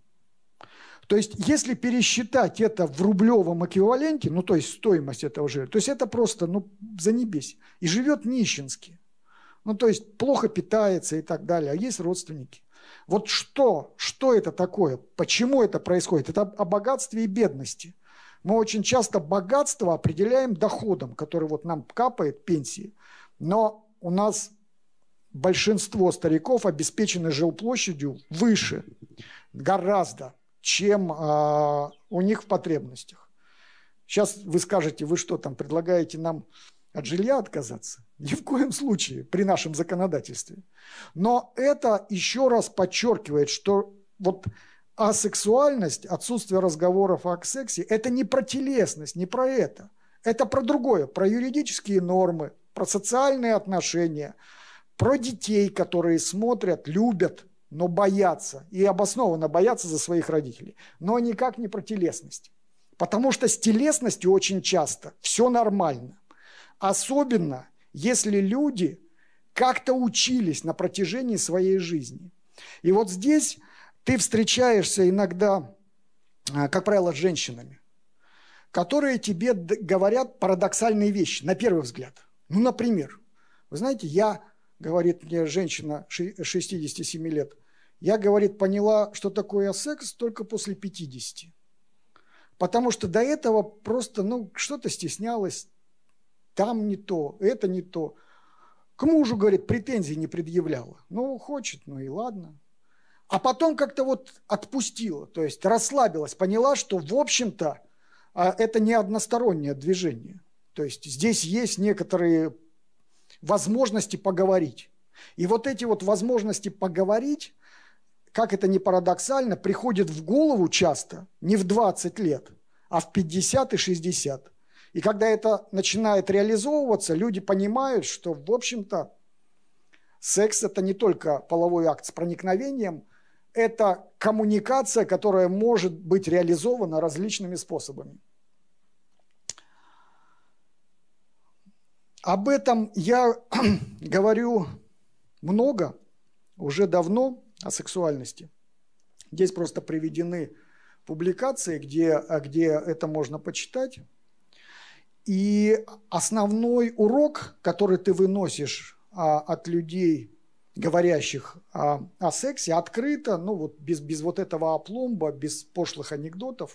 То есть, если пересчитать это в рублевом эквиваленте, ну, то есть стоимость этого жилья, то есть это просто, ну, занебесь. И живет нищенски. Ну, то есть плохо питается и так далее, а есть родственники. Вот что это такое? Почему это происходит? Это о богатстве и бедности. Мы очень часто богатство определяем доходом, который вот нам капает, пенсии. Но у нас большинство стариков обеспечены жилплощадью выше, гораздо, чем у них в потребностях. Сейчас вы скажете, вы что там, предлагаете нам от жилья отказаться? Ни в коем случае при нашем законодательстве. Но это еще раз подчеркивает, что вот асексуальность, отсутствие разговоров о сексе – это не про телесность, не про это. Это про другое, про юридические нормы, про социальные отношения, про детей, которые смотрят, любят, но боятся, и обоснованно боятся за своих родителей. Но никак не про телесность. Потому что с телесностью очень часто все нормально. Особенно, если люди как-то учились на протяжении своей жизни. И вот здесь ты встречаешься иногда, как правило, с женщинами, которые тебе говорят парадоксальные вещи, на первый взгляд. Ну, например, вы знаете, говорит мне женщина 67 лет, я, говорит, поняла, что такое секс только после 50. Потому что до этого просто, ну, что-то стеснялась, там не то, это не то. К мужу, говорит, претензий не предъявляла. Ну, хочет, ну и ладно. А потом как-то вот отпустила, то есть расслабилась, поняла, что, в общем-то, это не одностороннее движение. То есть здесь есть некоторые возможности поговорить. И вот эти вот возможности поговорить, как это ни парадоксально, приходят в голову часто не в 20 лет, а в 50 и 60. И когда это начинает реализовываться, люди понимают, что, в общем-то, секс – это не только половой акт с проникновением, это коммуникация, которая может быть реализована различными способами. Об этом я говорю много, уже давно, о сексуальности. Здесь просто приведены публикации, где это можно почитать. И основной урок, который ты выносишь от людей говорящих о сексе открыто, ну вот без вот этого опломба, без пошлых анекдотов,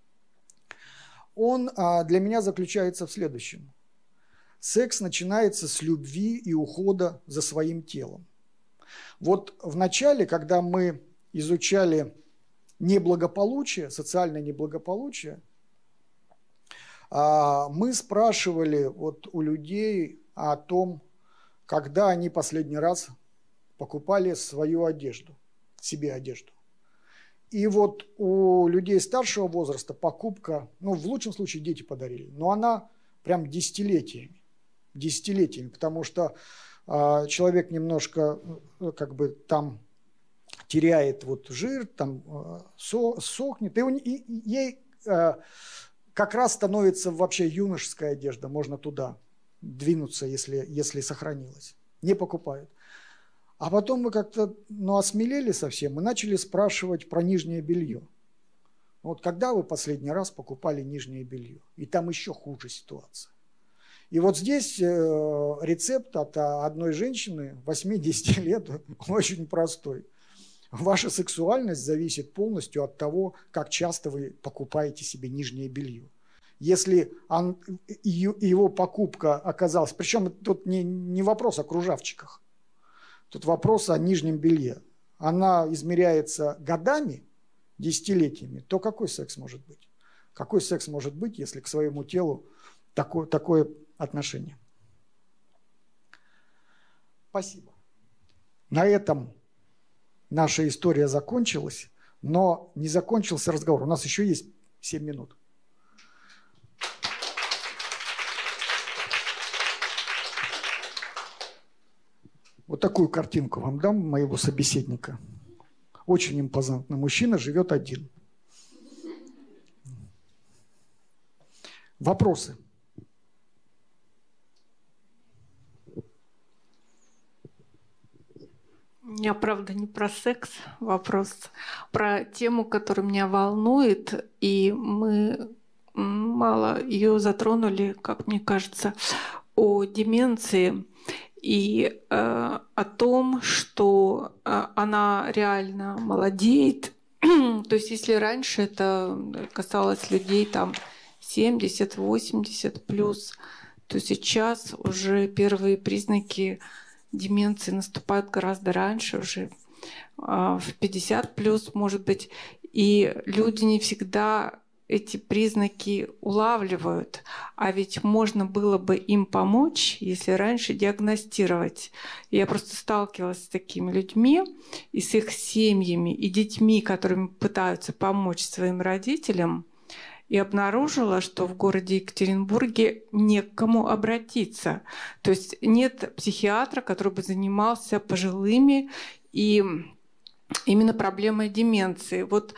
он для меня заключается в следующем. Секс начинается с любви и ухода за своим телом. Вот в начале, когда мы изучали неблагополучие, социальное неблагополучие, мы спрашивали вот у людей о том, когда они последний раз покупали свою одежду, себе одежду. И вот у людей старшего возраста покупка, ну, в лучшем случае дети подарили, но она прям десятилетиями, потому что человек немножко как бы там теряет вот жир, там сохнет, и ей как раз становится вообще юношеская одежда, можно туда двинуться, если сохранилась. Не покупают. А потом мы как-то осмелели совсем и начали спрашивать про нижнее белье. Вот когда вы последний раз покупали нижнее белье? И там еще хуже ситуация. И вот здесь рецепт от одной женщины 80 лет очень простой. Ваша сексуальность зависит полностью от того, как часто вы покупаете себе нижнее белье. Если его покупка оказалась... Причем тут не вопрос о кружавчиках. Тут вопрос о нижнем белье. Она измеряется годами, десятилетиями, то какой секс может быть? Какой секс может быть, если к своему телу такое отношение? Спасибо. На этом наша история закончилась, но не закончился разговор. У нас еще есть 7 минут. Вот такую картинку вам дам моего собеседника. Очень импозантный мужчина, живет один. Вопросы? У меня, правда, не про секс вопрос, про тему, которая меня волнует, и мы мало ее затронули, как мне кажется, о деменции. И о том, что она реально молодеет. То есть если раньше это касалось людей там 70-80 плюс, то сейчас уже первые признаки деменции наступают гораздо раньше, уже в 50 плюс, может быть. И люди не всегда эти признаки улавливают, а ведь можно было бы им помочь, если раньше диагностировать. Я просто сталкивалась с такими людьми и с их семьями и детьми, которыми пытаются помочь своим родителям, и обнаружила, что в городе Екатеринбурге не к кому обратиться. То есть нет психиатра, который бы занимался пожилыми и именно проблемой деменции. Вот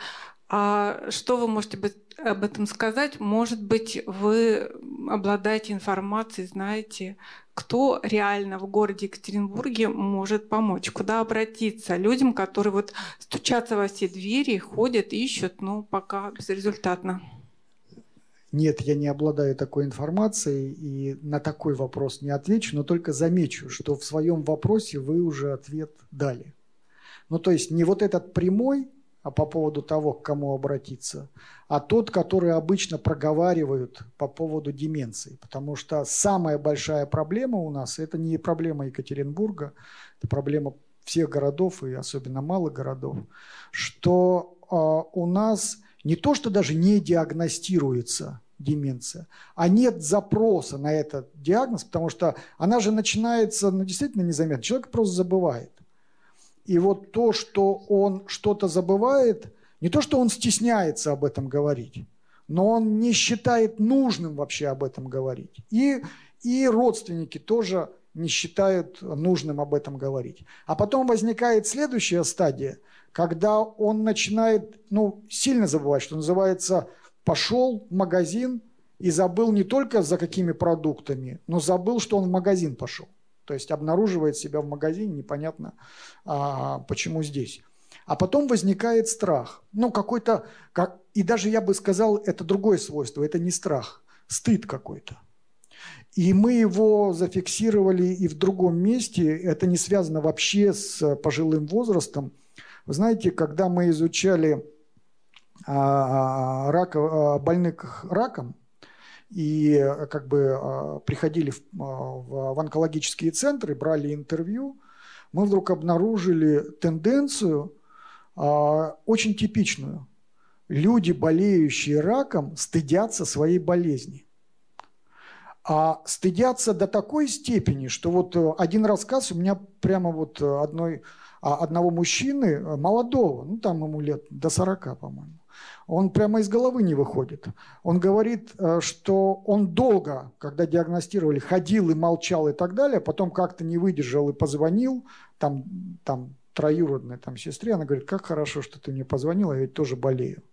что вы можете об этом сказать? Может быть, вы обладаете информацией, знаете, кто реально в городе Екатеринбурге может помочь, куда обратиться людям, которые вот стучатся во все двери, ходят, ищут, но пока безрезультатно. Нет, я не обладаю такой информацией и на такой вопрос не отвечу, но только замечу, что в своем вопросе вы уже ответ дали. Ну, то есть не вот этот прямой, а по поводу того, к кому обратиться, а тот, который обычно проговаривают по поводу деменции. Потому что самая большая проблема у нас – это не проблема Екатеринбурга, это проблема всех городов и особенно малых городов, что у нас не то, что даже не диагностируется деменция, а нет запроса на этот диагноз, потому что она же начинается действительно незаметно. Человек просто забывает. И вот то, что он что-то забывает, не то, что он стесняется об этом говорить, но он не считает нужным вообще об этом говорить. И родственники тоже не считают нужным об этом говорить. А потом возникает следующая стадия, когда он начинает сильно забывать, что называется, пошел в магазин и забыл не только за какими продуктами, но забыл, что он в магазин пошел. То есть обнаруживает себя в магазине, непонятно, почему здесь. А потом возникает страх. И даже я бы сказал, это другое свойство, это не страх, стыд какой-то. И мы его зафиксировали и в другом месте. Это не связано вообще с пожилым возрастом. Вы знаете, когда мы изучали больных раком и как бы приходили в онкологические центры, брали интервью, мы вдруг обнаружили тенденцию очень типичную. Люди, болеющие раком, стыдятся своей болезни. А стыдятся до такой степени, что вот один рассказ у меня прямо вот одного мужчины, молодого, ну там ему лет до 40, по-моему, он прямо из головы не выходит. Он говорит, что он долго, когда диагностировали, ходил и молчал и так далее, потом как-то не выдержал и позвонил, там троюродной сестре, она говорит, как хорошо, что ты мне позвонила, я ведь тоже болею.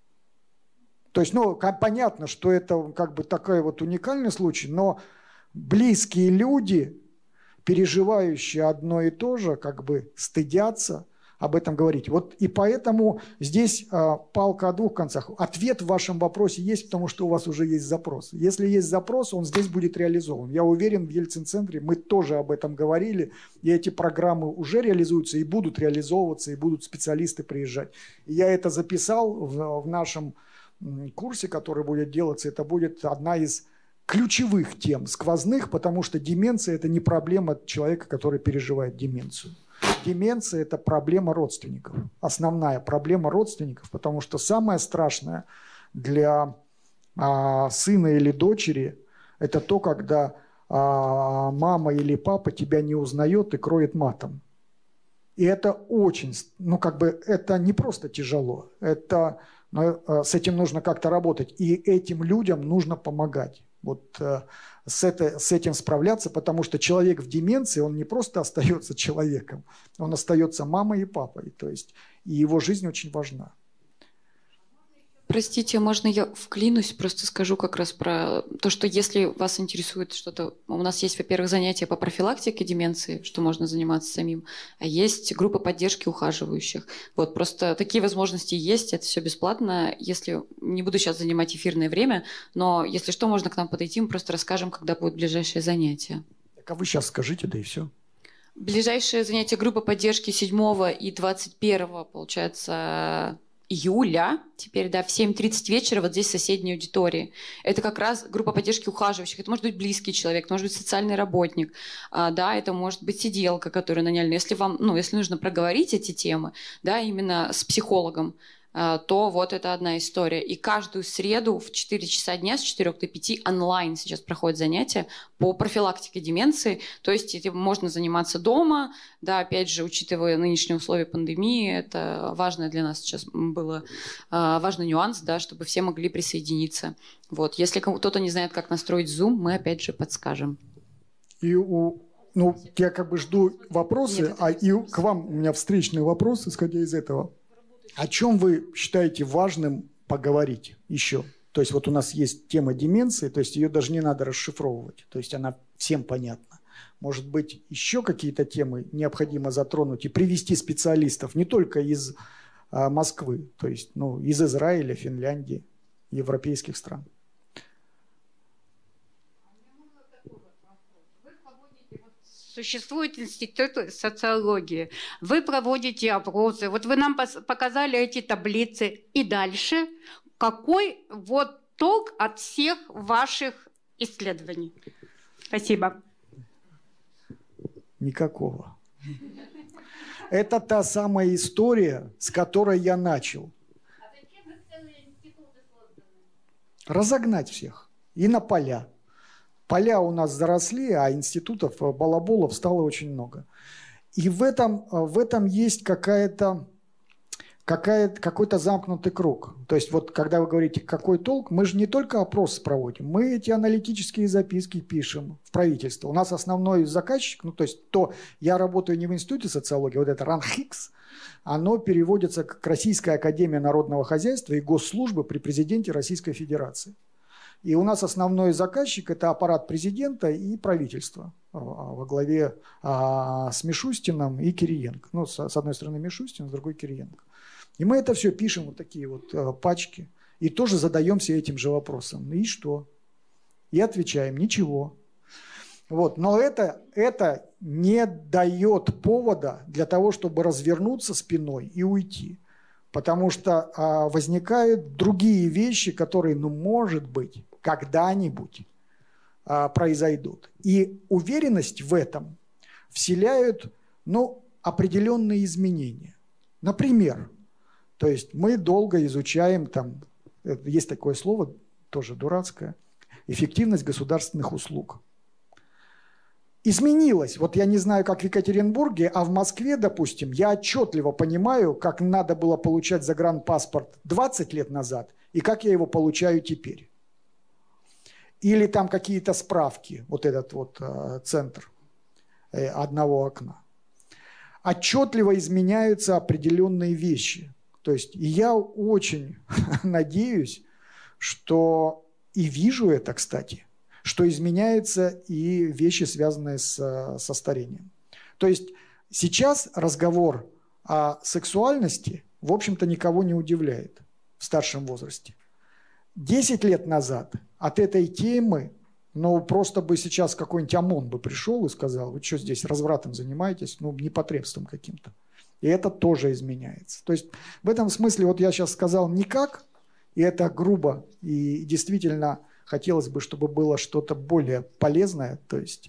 То есть, понятно, что это как бы такой вот уникальный случай, но близкие люди, переживающие одно и то же, как бы стыдятся об этом говорить. Вот и поэтому здесь палка о двух концах. Ответ в вашем вопросе есть, потому что у вас уже есть запрос. Если есть запрос, он здесь будет реализован. Я уверен, в Ельцин-центре мы тоже об этом говорили, и эти программы уже реализуются, и будут реализовываться, и будут специалисты приезжать. И я это записал в нашем курсе, который будет делаться. Это будет одна из ключевых тем, сквозных, потому что деменция – это не проблема человека, который переживает деменцию. Деменция – это проблема родственников, основная проблема родственников, потому что самое страшное для сына или дочери – это то, когда мама или папа тебя не узнает и кроет матом. И это очень, это не просто тяжело, с этим нужно как-то работать, и этим людям нужно помогать. Вот с этим справляться, потому что человек в деменции, он не просто остается человеком, он остается мамой и папой, то есть и его жизнь очень важна. Простите, можно я вклинусь, просто скажу как раз про то, что если вас интересует что-то, у нас есть, во-первых, занятия по профилактике деменции, что можно заниматься самим, а есть группы поддержки ухаживающих. Вот просто такие возможности есть, это все бесплатно. Если не буду сейчас занимать эфирное время, но если что, можно к нам подойти, мы просто расскажем, когда будет ближайшее занятие. Так, а вы сейчас скажите, да и все. Ближайшее занятие группы поддержки 7 и 21, получается, июля, теперь, да, в 7:30 вечера вот здесь в соседней аудитории. Это как раз группа поддержки ухаживающих. Это может быть близкий человек, это может быть социальный работник, да, это может быть сиделка, которую наняли. Если вам, если нужно проговорить эти темы, да, именно с психологом, то вот это одна история. И каждую среду в 4 часа дня с 4 до 5 онлайн сейчас проходят занятия по профилактике деменции. То есть этим можно заниматься дома. Да, опять же, учитывая нынешние условия пандемии, это важно для нас сейчас было, важный нюанс, да, чтобы все могли присоединиться. Вот. Если кто-то не знает, как настроить Zoom, мы опять же подскажем. И я как бы жду вопросы, и к вам у меня встречный вопрос, исходя из этого. О чем вы считаете важным поговорить еще? То есть вот у нас есть тема деменции, то есть ее даже не надо расшифровывать, то есть она всем понятна. Может быть, еще какие-то темы необходимо затронуть и привести специалистов не только из Москвы, то есть из Израиля, Финляндии, европейских стран. Существует институт социологии. Вы проводите опросы. Вот вы нам показали эти таблицы. И дальше какой толк от всех ваших исследований? Спасибо. Никакого. Это та самая история, с которой я начал. А зачем же целые институты созданы? Разогнать всех. И на поля. Поля у нас заросли, а институтов, балаболов стало очень много. И в этом есть какой-то замкнутый круг. То есть вот когда вы говорите, какой толк, мы же не только опрос проводим, мы эти аналитические записки пишем в правительство. У нас основной заказчик, я работаю не в институте социологии, вот это РАНХИКС, оно переводится как Российская академия народного хозяйства и госслужбы при президенте Российской Федерации. И у нас основной заказчик – это аппарат президента и правительства во главе с Мишустиным и Кириенко. С одной стороны Мишустин, с другой Кириенко. И мы это все пишем, вот такие вот пачки, и тоже задаемся этим же вопросом. И что? И отвечаем – ничего. Вот. Но это не дает повода для того, чтобы развернуться спиной и уйти. Потому что возникают другие вещи, которые, ну, может быть, когда-нибудь произойдут. И уверенность в этом вселяют, ну, определенные изменения. Например, то есть мы долго изучаем, там, есть такое слово, тоже дурацкое, эффективность государственных услуг. Изменилось. Вот я не знаю, как в Екатеринбурге, а в Москве, допустим, я отчетливо понимаю, как надо было получать загранпаспорт 20 лет назад и как я его получаю теперь. Или там какие-то справки, вот этот вот центр одного окна. Отчетливо изменяются определенные вещи. То есть я очень надеюсь, что и вижу это, кстати, что изменяются и вещи, связанные со старением. То есть сейчас разговор о сексуальности, в общем-то, никого не удивляет в старшем возрасте. 10 лет назад от этой темы, ну, просто бы сейчас какой-нибудь ОМОН бы пришел и сказал: вы что здесь развратом занимаетесь, ну, непотребством каким-то. И это тоже изменяется. То есть в этом смысле, вот я сейчас сказал никак, и это грубо, и действительно хотелось бы, чтобы было что-то более полезное, то есть,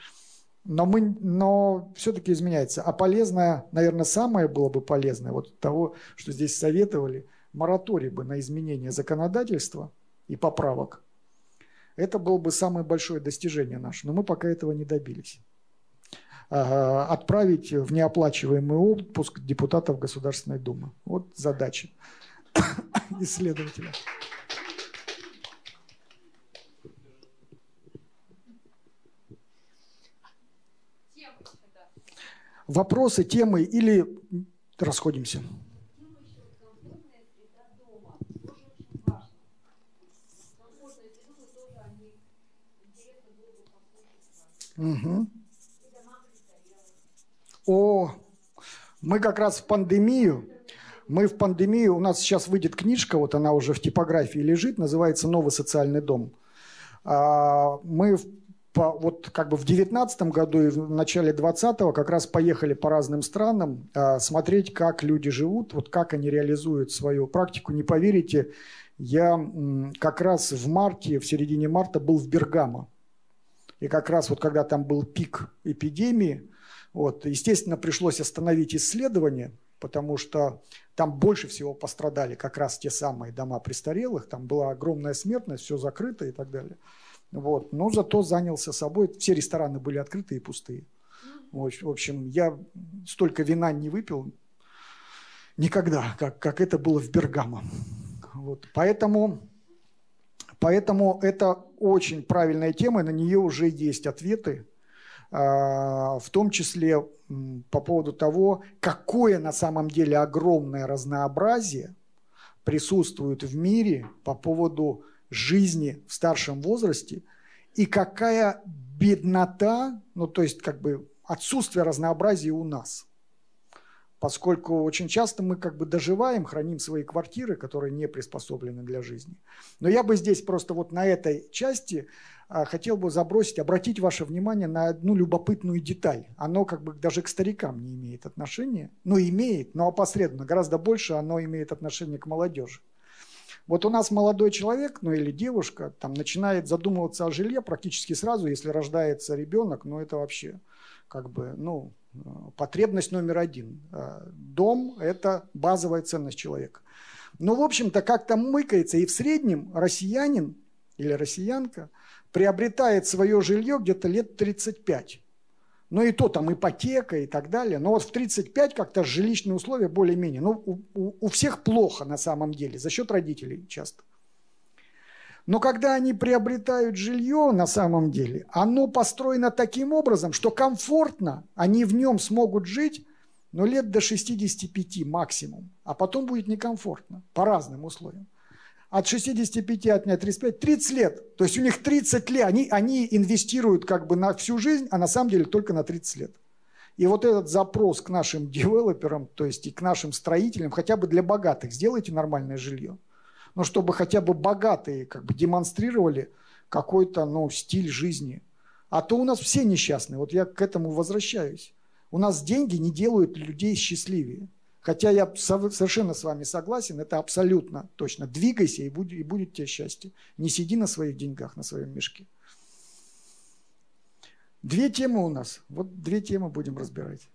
но все-таки изменяется. А полезное, наверное, самое было бы полезное, вот того, что здесь советовали, мораторий бы на изменение законодательства и поправок. Это было бы самое большое достижение наше, но мы пока этого не добились. Отправить в неоплачиваемый отпуск депутатов Государственной Думы. Вот задача исследователя. Вопросы, темы или расходимся? Угу. Мы как раз в пандемию, у нас сейчас выйдет книжка, вот она уже в типографии лежит, называется «Новый социальный дом». Мы вот как бы в 2019 году и в начале 2020 как раз поехали по разным странам смотреть, как люди живут, вот как они реализуют свою практику. Не поверите, я как раз в середине марта был в Бергамо. И как раз вот когда там был пик эпидемии, вот, естественно, пришлось остановить исследование, потому что там больше всего пострадали как раз те самые дома престарелых, там была огромная смертность, все закрыто и так далее. Вот. Но зато занялся собой, все рестораны были открыты и пустые. В общем, я столько вина не выпил никогда, как это было в Бергамо. Вот. Поэтому это очень правильная тема, и на нее уже есть ответы, в том числе по поводу того, какое на самом деле огромное разнообразие присутствует в мире по поводу жизни в старшем возрасте и какая беднота, ну то есть как бы отсутствие разнообразия у нас. Поскольку очень часто мы как бы доживаем, храним свои квартиры, которые не приспособлены для жизни. Но я бы здесь просто вот на этой части хотел бы обратить ваше внимание на одну любопытную деталь. Оно как бы даже к старикам не имеет отношения. Ну, имеет, но опосредованно. Гораздо больше оно имеет отношение к молодежи. Вот у нас молодой человек, ну или девушка, там начинает задумываться о жилье практически сразу, если рождается ребенок, ну это вообще как бы, ну, потребность номер один. Дом – это базовая ценность человека. Ну, в общем-то, как-то мыкается, и в среднем россиянин или россиянка приобретает свое жилье где-то лет 35. Ну и то там ипотека и так далее. Но вот в 35 как-то жилищные условия более-менее. Ну, у всех плохо на самом деле, за счет родителей часто. Но когда они приобретают жилье, на самом деле, оно построено таким образом, что комфортно, они в нем смогут жить, но лет до 65 максимум. А потом будет некомфортно, по разным условиям. От 65 отнять 35, 30 лет. То есть у них 30 лет, они инвестируют как бы на всю жизнь, а на самом деле только на 30 лет. И вот этот запрос к нашим девелоперам, то есть и к нашим строителям, хотя бы для богатых, сделайте нормальное жилье. Но чтобы хотя бы богатые как бы демонстрировали какой-то, ну, стиль жизни А то у нас все несчастные. Вот я к этому возвращаюсь. У нас деньги не делают людей счастливее. Хотя я совершенно с вами согласен, это абсолютно точно. Двигайся, и будет тебе счастье. Не сиди на своих деньгах, на своем мешке. 2 темы у нас. Вот 2 темы будем разбирать.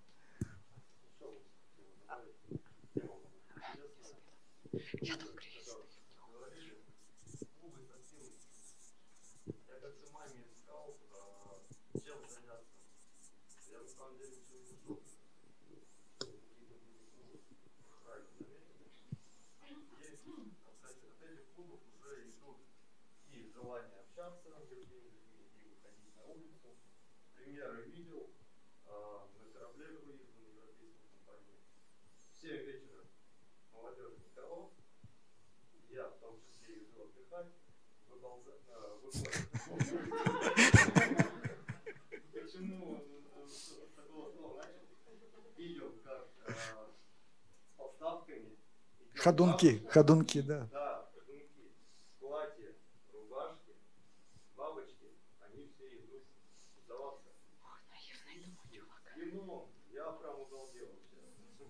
Ходунки, да. Да, ходунки, платья, рубашки, бабочки, они все идут сдаваться. Вино, я прям угалдел вообще.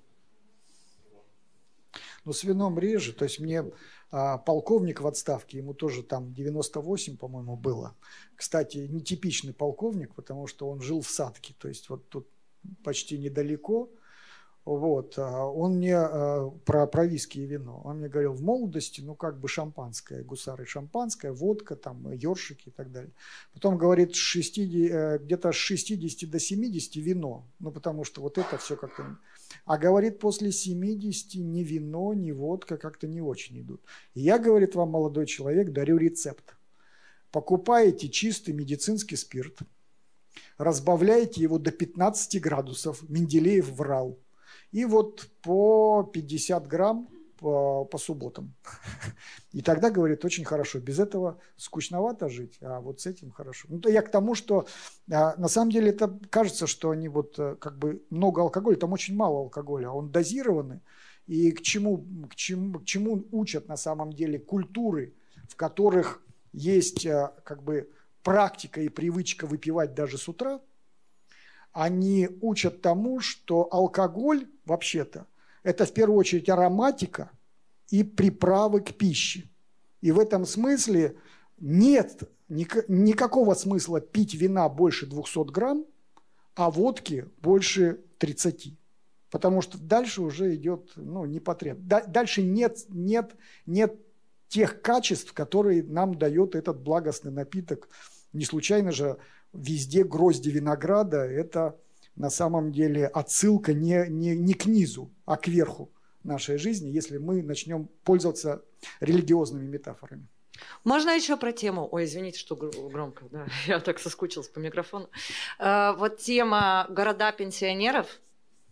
Ну, с вином реже, то есть мне полковник в отставке, ему тоже там 98, по-моему, было. Кстати, нетипичный полковник, потому что он жил в Садке, то есть вот тут почти недалеко. Вот. Он мне про виски и вино. Он мне говорил, в молодости, ну как бы шампанское, гусары шампанское, водка, там, ёршики и так далее. Потом говорит, где-то с 60 до 70 вино, ну потому что вот это все как-то... А говорит, после 70 ни вино, ни водка как-то не очень идут. И я, говорит, вам, молодой человек, дарю рецепт. Покупаете чистый медицинский спирт, разбавляете его до 15 градусов, Менделеев врал. И вот по 50 грамм по субботам. И тогда, говорит, очень хорошо. Без этого скучновато жить, а вот с этим хорошо. Ну, то я к тому, что на самом деле это кажется, что они вот как бы много алкоголя, там очень мало алкоголя, он дозированный. И к чему учат на самом деле культуры, в которых есть как бы практика и привычка выпивать даже с утра, они учат тому, что алкоголь, вообще-то, это в первую очередь ароматика и приправы к пище. И в этом смысле нет никакого смысла пить вина больше 200 грамм, а водки больше 30. Потому что дальше уже идет непотреб. Дальше нет тех качеств, которые нам дает этот благостный напиток. Не случайно же везде грозди винограда – это на самом деле отсылка не к низу, а к верху нашей жизни, если мы начнем пользоваться религиозными метафорами. Можно еще про тему? Ой, извините, что громко, да, я так соскучилась по микрофону. Вот тема города пенсионеров,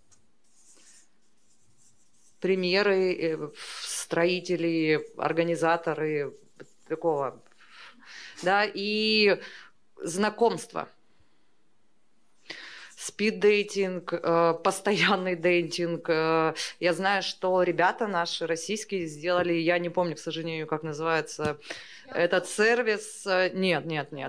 примеры, строители, организаторы такого, да, и знакомства. Спид-дейтинг, постоянный дейтинг. Я знаю, что ребята наши российские сделали, я не помню, к сожалению, как называется этот сервис. Нет.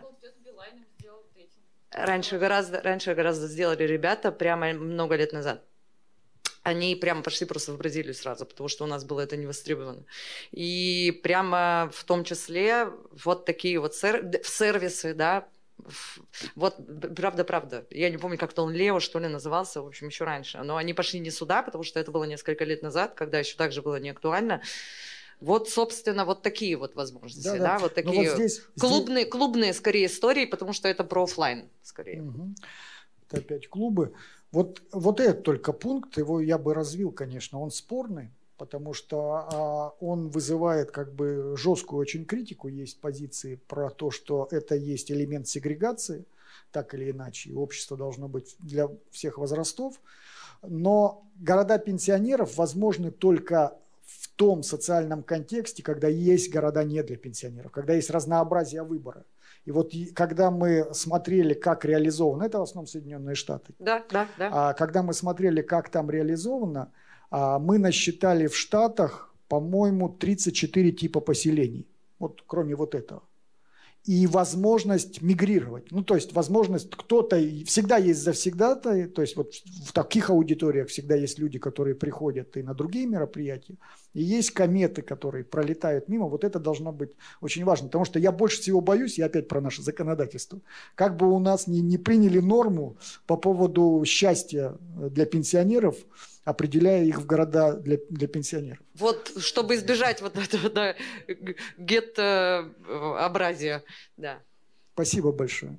Раньше гораздо сделали ребята прямо много лет назад. Они прямо пошли просто в Бразилию сразу, потому что у нас было это не востребовано. И прямо в том числе вот такие вот сервисы, да, вот правда. Я не помню, как-то он Лео, что ли, назывался, в общем, еще раньше. Но они пошли не сюда, потому что это было несколько лет назад, когда еще также было не актуально. Вот, собственно, вот такие вот возможности, да? Вот такие вот клубные, скорее, истории, потому что это про офлайн, скорее. Угу. Это опять клубы. Вот этот только пункт, его я бы развил, конечно, он спорный, потому что он вызывает как бы жесткую очень критику, есть позиции про то, что это есть элемент сегрегации, так или иначе, и общество должно быть для всех возрастов, но города пенсионеров возможны только в том социальном контексте, когда есть города не для пенсионеров, когда есть разнообразие выбора. И вот когда мы смотрели, как реализовано, это в основном Соединенные Штаты. Да. Когда мы смотрели, как там реализовано, мы насчитали в Штатах, по-моему, 34 типа поселений. Вот кроме вот этого. и возможность мигрировать. Ну, то есть возможность кто-то, всегда есть завсегдатаи, то есть вот в таких аудиториях всегда есть люди, которые приходят и на другие мероприятия, и есть кометы, которые пролетают мимо. Вот это должно быть очень важно, потому что я больше всего боюсь, я опять про наше законодательство, как бы у нас не приняли норму по поводу счастья для пенсионеров, определяя их в города для пенсионеров. Вот, чтобы избежать вот этого, да, гетто-образия. Да. Спасибо большое.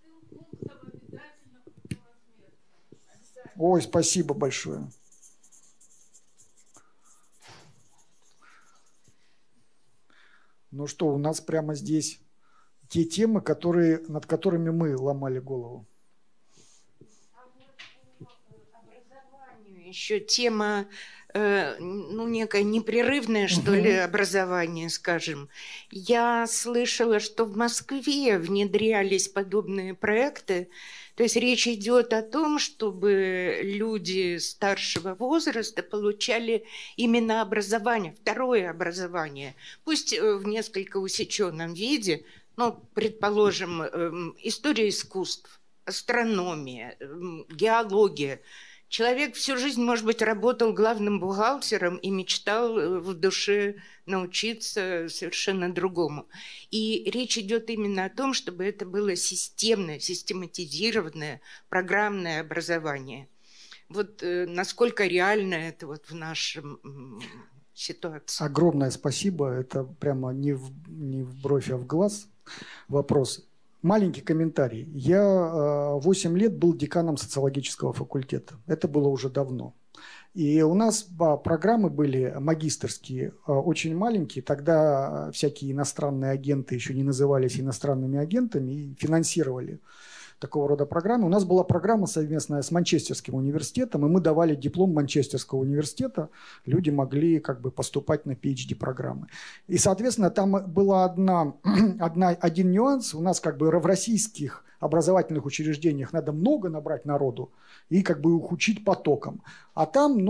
Ой, спасибо большое. Ну что, у нас прямо здесь те темы, над которыми мы ломали голову. Еще тема, некое непрерывное, что ли, образование, скажем. Я слышала, что в Москве внедрялись подобные проекты. То есть речь идет о том, чтобы люди старшего возраста получали именно образование, второе образование. Пусть в несколько усеченном виде, предположим, история искусств, астрономия, геология. Человек всю жизнь, может быть, работал главным бухгалтером и мечтал в душе научиться совершенно другому. И речь идет именно о том, чтобы это было системное, систематизированное, программное образование. Вот насколько реально это вот в нашем ситуации? Огромное спасибо. Это прямо не в бровь, а в глаз вопрос. Маленький комментарий. Я 8 лет был деканом социологического факультета. Это было уже давно. И у нас программы были магистерские, очень маленькие. Тогда всякие иностранные агенты еще не назывались иностранными агентами и финансировали такого рода программы. У нас была программа совместная с Манчестерским университетом, и мы давали диплом Манчестерского университета. Люди могли поступать на PhD-программы. И, соответственно, там был один нюанс. У нас в российских образовательных учреждениях надо много набрать народу и их учить потоком. А там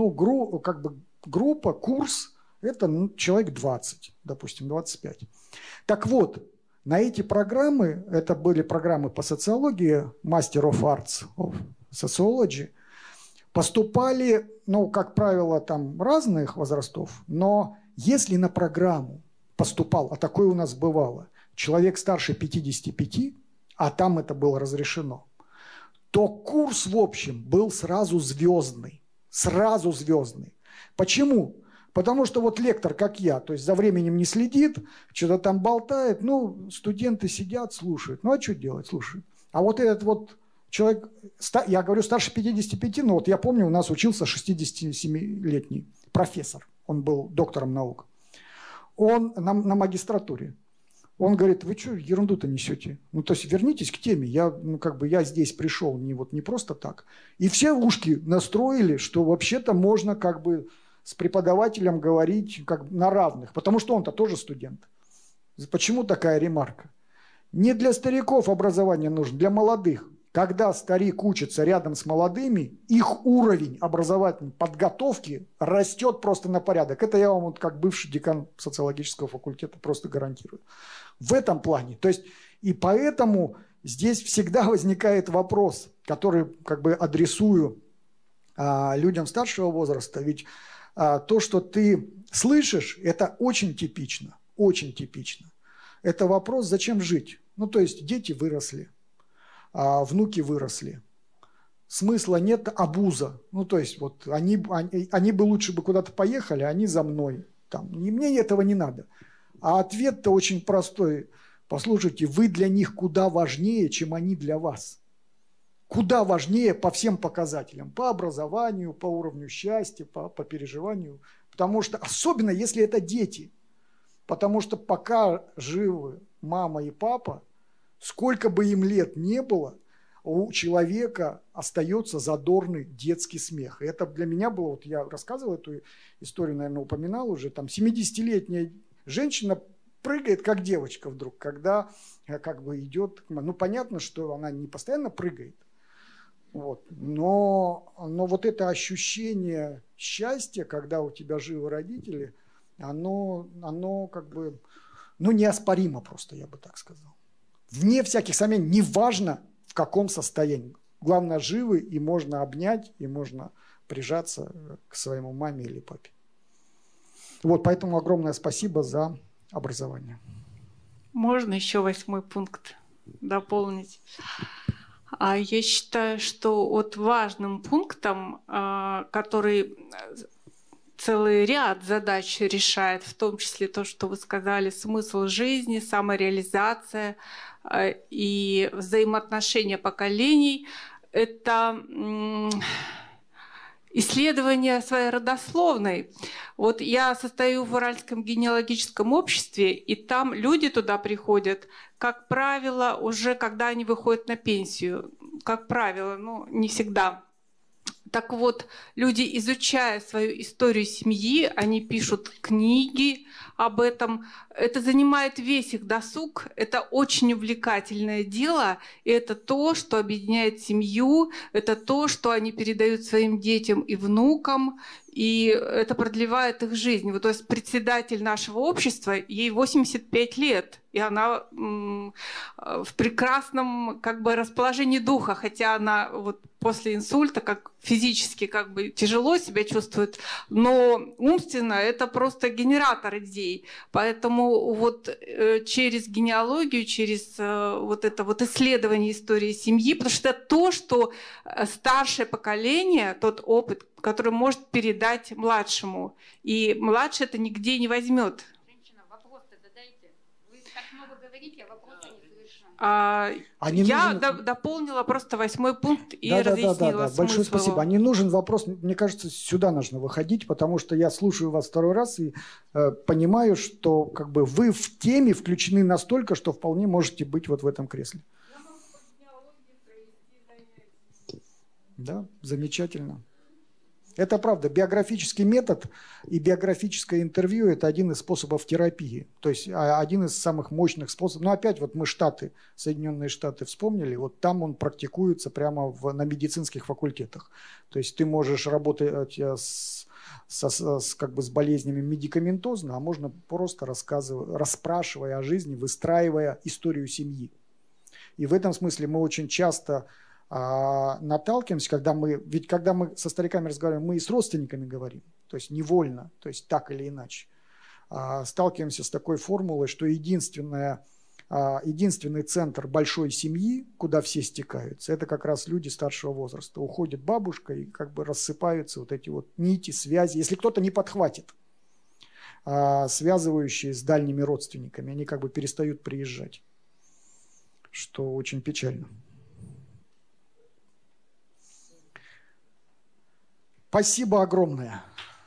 группа, курс – это человек 20, допустим, 25. Так вот, на эти программы, это были программы по социологии, Master of Arts of Sociology, поступали, как правило, там разных возрастов, но если на программу поступал, а такое у нас бывало, человек старше 55, а там это было разрешено, то курс, в общем, был сразу звездный. Сразу звездный. Почему? Потому что вот лектор, как я, то есть за временем не следит, что-то там болтает, студенты сидят, слушают. А что делать? Слушают. А вот этот вот человек, я говорю, старше 55, я помню, у нас учился 67-летний профессор. Он был доктором наук. Он на магистратуре. Он говорит: вы что ерунду-то несете? То есть вернитесь к теме. Я здесь пришел не просто так. И все ушки настроили, что вообще-то можно с преподавателем говорить на равных, потому что он-то тоже студент. Почему такая ремарка? Не для стариков образование нужно, для молодых. Когда старик учится рядом с молодыми, их уровень образовательной подготовки растет просто на порядок. Это я вам как бывший декан социологического факультета просто гарантирую. В этом плане. То есть, и поэтому здесь всегда возникает вопрос, который адресую людям старшего возраста. Ведь то, что ты слышишь, это очень типично. Очень типично. Это вопрос, зачем жить? То есть дети выросли. Внуки выросли. Смысла нет, обуза. То есть вот они бы лучше куда-то поехали, они за мной. И мне этого не надо. А ответ-то очень простой. Послушайте, вы для них куда важнее, чем они для вас. Куда важнее по всем показателям. По образованию, по уровню счастья, по переживанию. Потому что, особенно если это дети. Потому что пока живы мама и папа, сколько бы им лет не было, у человека остается задорный детский смех. И это для меня было, я рассказывал эту историю, наверное, упоминал уже, 70-летняя женщина прыгает, как девочка вдруг, когда идет, понятно, что она не постоянно прыгает, но вот это ощущение счастья, когда у тебя живы родители, оно неоспоримо просто, я бы так сказал. Вне всяких сомнений, неважно в каком состоянии. Главное, живы, и можно обнять, и можно прижаться к своему маме или папе. Вот, поэтому огромное спасибо за образование. Можно еще 8 пункт дополнить? Я считаю, что вот важным пунктом, который целый ряд задач решает, в том числе то, что вы сказали, смысл жизни, самореализация и взаимоотношения поколений, это исследование своей родословной. Вот я состою в Уральском генеалогическом обществе, и там люди туда приходят, как правило, уже когда они выходят на пенсию. Как правило, но не всегда. Так вот, люди, изучая свою историю семьи, они пишут книги об этом. Это занимает весь их досуг. Это очень увлекательное дело. И это то, что объединяет семью. Это то, что они передают своим детям и внукам. И это продлевает их жизнь. Вот, то есть председатель нашего общества, ей 85 лет. И она в прекрасном как бы расположении духа, хотя она вот после инсульта как физически как бы тяжело себя чувствует, но умственно это просто генератор идей. Поэтому вот через генеалогию, через вот это вот исследование истории семьи, потому что это то, что старшее поколение, тот опыт, который может передать младшему. И младший это нигде не возьмет. Я дополнила просто 8 пункт и разъяснила смысл. Большое спасибо. Не нужен вопрос, мне кажется, сюда нужно выходить, потому что я слушаю вас второй раз и понимаю, что как бы вы в теме включены настолько, что вполне можете быть вот в этом кресле. Да, замечательно. Это правда. Биографический метод и биографическое интервью – это один из способов терапии. То есть один из самых мощных способов. Но опять вот мы Штаты, Соединенные Штаты вспомнили, вот там он практикуется прямо на медицинских факультетах. То есть ты можешь работать как бы с болезнями медикаментозно, а можно просто расспрашивая о жизни, выстраивая историю семьи. И в этом смысле мы очень часто наталкиваемся, когда мы со стариками разговариваем, мы и с родственниками говорим, то есть невольно, то есть так или иначе. Сталкиваемся с такой формулой, что единственный центр большой семьи, куда все стекаются, это как раз люди старшего возраста. Уходит бабушка, и как бы рассыпаются вот эти вот нити, связи. Если кто-то не подхватит, связывающие с дальними родственниками, они как бы перестают приезжать, что очень печально. Спасибо огромное.